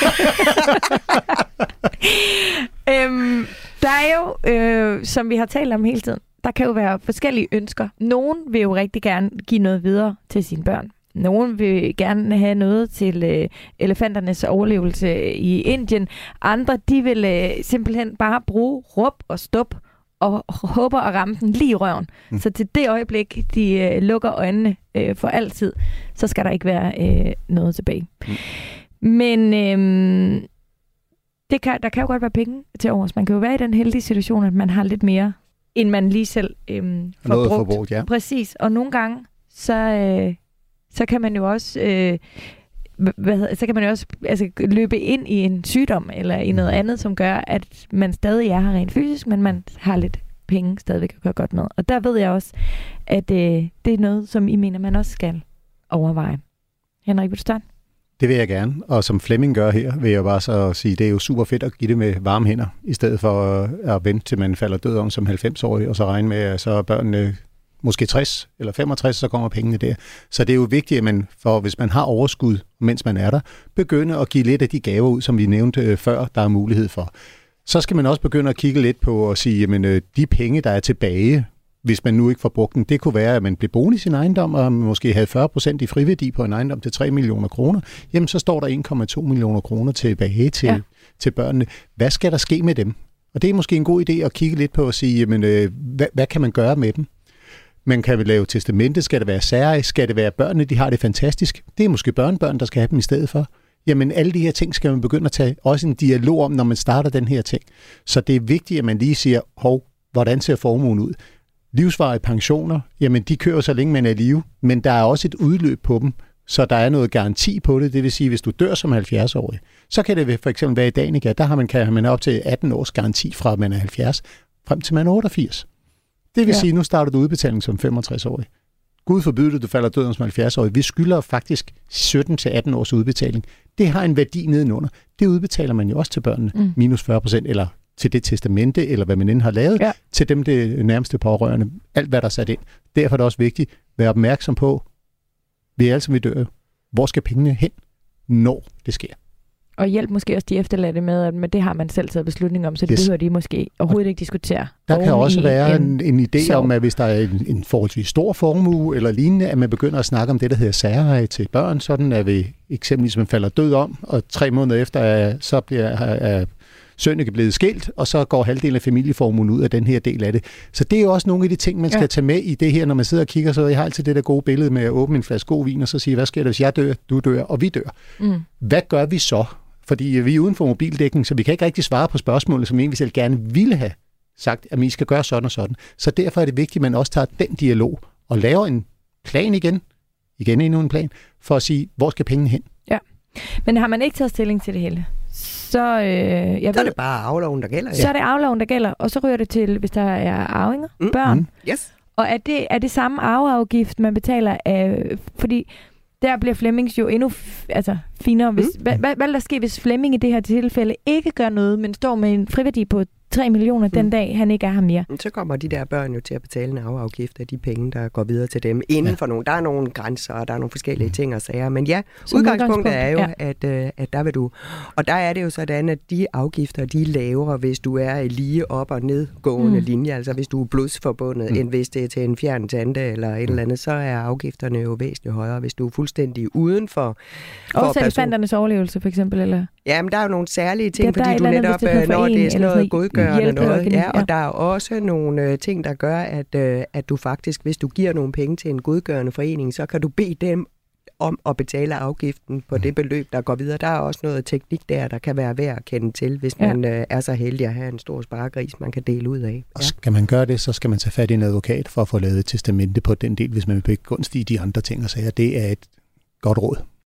B: Der er jo, som vi har talt om hele tiden, der kan jo være forskellige ønsker. Nogen vil jo rigtig gerne give noget videre til sine børn. Nogen vil gerne have noget til elefanternes overlevelse i Indien. Andre, de vil simpelthen bare bruge råb og stop og håber at ramme den lige i røven. Så til det øjeblik, de lukker øjnene for altid, så skal der ikke være noget tilbage. Men der kan jo godt være penge til overs. Man kan jo være i den heldige situation, at man har lidt mere, end man lige selv forbrugt.
C: Ja.
B: Præcis. Og nogle gange, så kan man jo også... så kan man jo også løbe ind i en sygdom eller i noget andet, som gør, at man stadig er her rent fysisk, men man har lidt penge stadigvæk at gøre godt med. Og der ved jeg også, at det er noget, som I mener, man også skal overveje. Henrik, vil du starte?
C: Det vil jeg gerne, og som Flemming gør her, vil jeg bare så sige, det er jo super fedt at give det med varme hænder, i stedet for at vente til man falder død om som 90-årig, og så regne med, at så er børnene måske 60 eller 65, så kommer pengene der. Så det er jo vigtigt, at man, for hvis man har overskud, mens man er der, begynde at give lidt af de gaver ud, som vi nævnte før, der er mulighed for. Så skal man også begynde at kigge lidt på og sige, jamen de penge, der er tilbage, hvis man nu ikke får brugt den, det kunne være, at man blev boende i sin ejendom, og man måske havde 40% i friværdi på en ejendom til 3 millioner kroner, jamen så står der 1,2 millioner kroner tilbage til børnene. Hvad skal der ske med dem? Og det er måske en god idé at kigge lidt på og sige, jamen hvad kan man gøre med dem? Man kan lave testamente, skal det være særeje, skal det være børnene, de har det fantastisk. Det er måske børnebørn, der skal have dem i stedet for. Jamen alle de her ting skal man begynde at tage også en dialog om, når man starter den her ting. Så det er vigtigt, at man lige siger, hvordan ser formuen ud? Livsvarige pensioner, jamen de kører så længe man er i live, men der er også et udløb på dem, så der er noget garanti på det. Det vil sige, hvis du dør som 70-årig, så kan det for eksempel være i Danica, der kan man op til 18 års garanti fra, at man er 70, frem til man er 88. Det vil sige, nu starter du udbetaling som 65-årig. Gud forbyde det, du falder død som 70-årig. Vi skylder faktisk 17-18 års udbetaling. Det har en værdi nedenunder. Det udbetaler man jo også til børnene, minus 40%, eller til det testamente, eller hvad man end har lavet, til dem det nærmeste pårørende. Alt, hvad der er sat ind. Derfor er det også vigtigt at være opmærksom på, vi er alle som vi dør. Hvor skal pengene hen, når det sker?
B: Og hjælp måske også de efterladte med, at det har man selv taget beslutning om, så det behøver de måske overhovedet ikke diskutere.
C: Der kan også være en idé om, at hvis der er en forholdsvis stor formue eller lignende, at man begynder at snakke om det, der hedder særeje til børn, sådan at vi eksempelvis man falder død om, og 3 måneder efter, så bliver sønnen blevet skilt, og så går halvdelen af familieformuen ud af den her del af det. Så det er jo også nogle af de ting, man skal tage med i det her, når man sidder og kigger. Så jeg har altid det der gode billede med at åbne en flaske god vin, og så sige, hvad sker der, hvis jeg dør, du dør, og vi dør? Hvad gør vi så? Fordi vi er uden for mobildækning, så vi kan ikke rigtig svare på spørgsmålet, som vi selv gerne ville have sagt, at vi skal gøre sådan og sådan. Så derfor er det vigtigt, at man også tager den dialog og laver en plan igen endnu en plan, for at sige, hvor skal pengene hen?
B: Ja, men har man ikke taget stilling til det hele, så
D: er det bare afloven, der gælder.
B: Så er det afloven, der gælder, og så ryger det til, hvis der er arvinger, børn.
D: Yes.
B: Og er det samme arveafgift, man betaler af, fordi der bliver Flemmings jo endnu finere. Hvad vil der ske, hvis Flemming i det her tilfælde ikke gør noget, men står med en friværdi på 3 millioner den dag, han ikke er her mere?
D: Så kommer de der børn jo til at betale en arveafgift af de penge, der går videre til dem. Inden for der er nogle grænser, og der er nogle forskellige ting og sager. Men ja, udgangspunktet er jo, at der vil du. Og der er det jo sådan, at de afgifter, de er lavere, hvis du er i lige op- og nedgående linje. Altså hvis du er blodsforbundet, end hvis det er til en fjern tante eller et eller andet, så er afgifterne jo væsentligt højere, hvis du er fuldstændig uden for
B: også elefanternes overlevelse, for eksempel, eller?
D: Ja, men der er jo nogle særlige ting, fordi du netop, når det er sådan noget godgørende noget. Ja, og der er også nogle ting, der gør, at du faktisk, hvis du giver nogle penge til en godgørende forening, så kan du bede dem om at betale afgiften på det beløb, der går videre. Der er også noget teknik der kan være værd at kende til, hvis man er så heldig at have en stor sparegris, man kan dele ud af.
C: Og skal man gøre det, så skal man tage fat i en advokat for at få lavet et testamente på den del, hvis man vil begunstige de andre ting og sager. Det er et godt råd.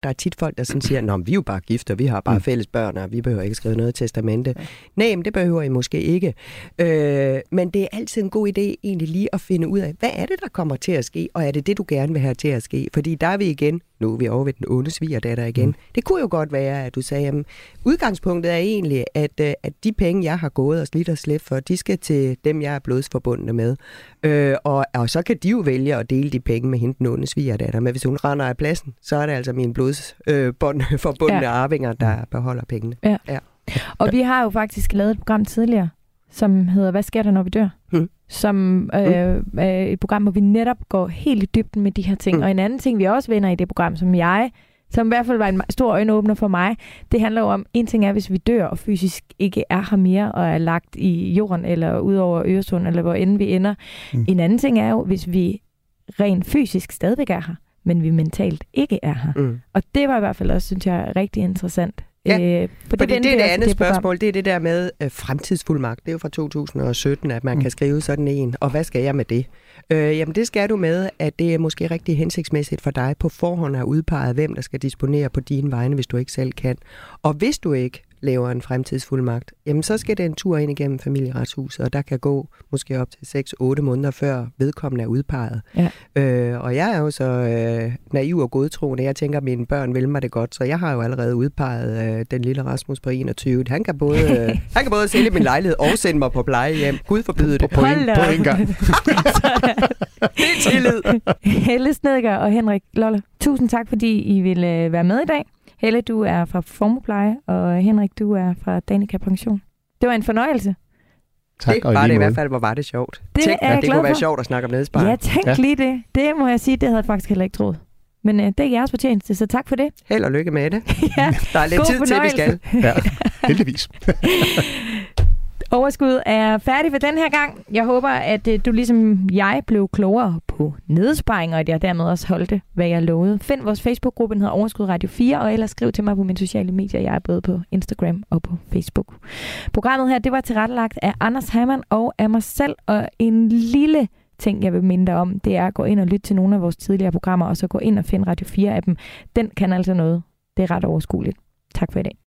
D: Der er tit folk, der sådan siger, nå, vi er jo bare gift, og vi har bare fælles børn, og vi behøver ikke skrive noget testamente. Ja. Nej, men det behøver I måske ikke. Men det er altid en god idé egentlig lige at finde ud af, hvad er det, der kommer til at ske, og er det det, du gerne vil have til at ske? Fordi der er vi igen, nu er vi over ved den onde svigerdatter igen. Det kunne jo godt være, at du sagde, jamen, udgangspunktet er egentlig, at de penge, jeg har gået og slidt og slæbt for, de skal til dem, jeg er blodsforbundne med. Og så kan de jo vælge at dele de penge med hende, den onde svigerdatter. Men hvis hun render af pladsen, så er det altså min blodsforbundne arvinger, der beholder pengene.
B: Ja. Ja. Og vi har jo faktisk lavet et program tidligere, som hedder Hvad sker der, når vi dør? Som et program, hvor vi netop går helt i dybden med de her ting. Og en anden ting, vi også vender i det program, som i hvert fald var en stor øjenåbner for mig, det handler jo om, en ting er, hvis vi dør og fysisk ikke er her mere og er lagt i jorden eller ud over Øresund, eller hvor end vi ender. En anden ting er jo, hvis vi rent fysisk stadigvæk er her, men vi mentalt ikke er her. Og det var i hvert fald også, synes jeg, rigtig interessant.
D: Ja, fordi det er det andet spørgsmål, det er det der med fremtidsfuldmagt. Det er jo fra 2017, at man kan skrive sådan en. Og hvad skal jeg med det? Jamen det skal du med, at det er måske rigtig hensigtsmæssigt for dig på forhånd at udpege, hvem der skal disponere på dine vegne, hvis du ikke selv kan. Og hvis du ikke laver en fremtidsfuldmagt, jamen så skal det en tur ind igennem familieretshuset, og der kan gå måske op til 6-8 måneder, før vedkommende er udpeget. Ja. Og jeg er jo så naiv og godtroende. Jeg tænker, at mine børn vil mig det godt, så jeg har jo allerede udpeget den lille Rasmus på 21. Han kan både sælge min lejlighed og sende mig på plejehjem. Gud forbyde det.
C: På en gang.
D: Det er tillid.
B: Helle Snedker og Henrik Loller, tusind tak, fordi I ville være med i dag. Helle, du er fra Formupleje, og Henrik, du er fra Danica Pension. Det var en fornøjelse.
C: Tak,
D: det var det i hvert fald, hvor var det sjovt.
B: Det
D: kunne være sjovt at snakke om nedsparing.
B: Ja, tænk lige det. Det må jeg sige, det havde jeg faktisk heller ikke troet. Men det er jeres fortjeneste, så tak for det.
D: Held og lykke med det.
B: Ja,
D: der er lidt tid til, vi skal.
C: Ja, heldigvis.
B: Overskud er færdig for den her gang. Jeg håber, at du ligesom jeg blev klogere på nedsparing, og at jeg dermed også holdte, hvad jeg lovede. Find vores Facebook-gruppe, den hedder Overskud Radio 4, og ellers skriv til mig på mine sociale medier. Jeg er både på Instagram og på Facebook. Programmet her, det var tilrettelagt af Anders Hammann og af mig selv, og en lille ting, jeg vil minde dig om, det er at gå ind og lytte til nogle af vores tidligere programmer, og så gå ind og finde Radio 4 af dem. Den kan altså noget. Det er ret overskueligt. Tak for i dag.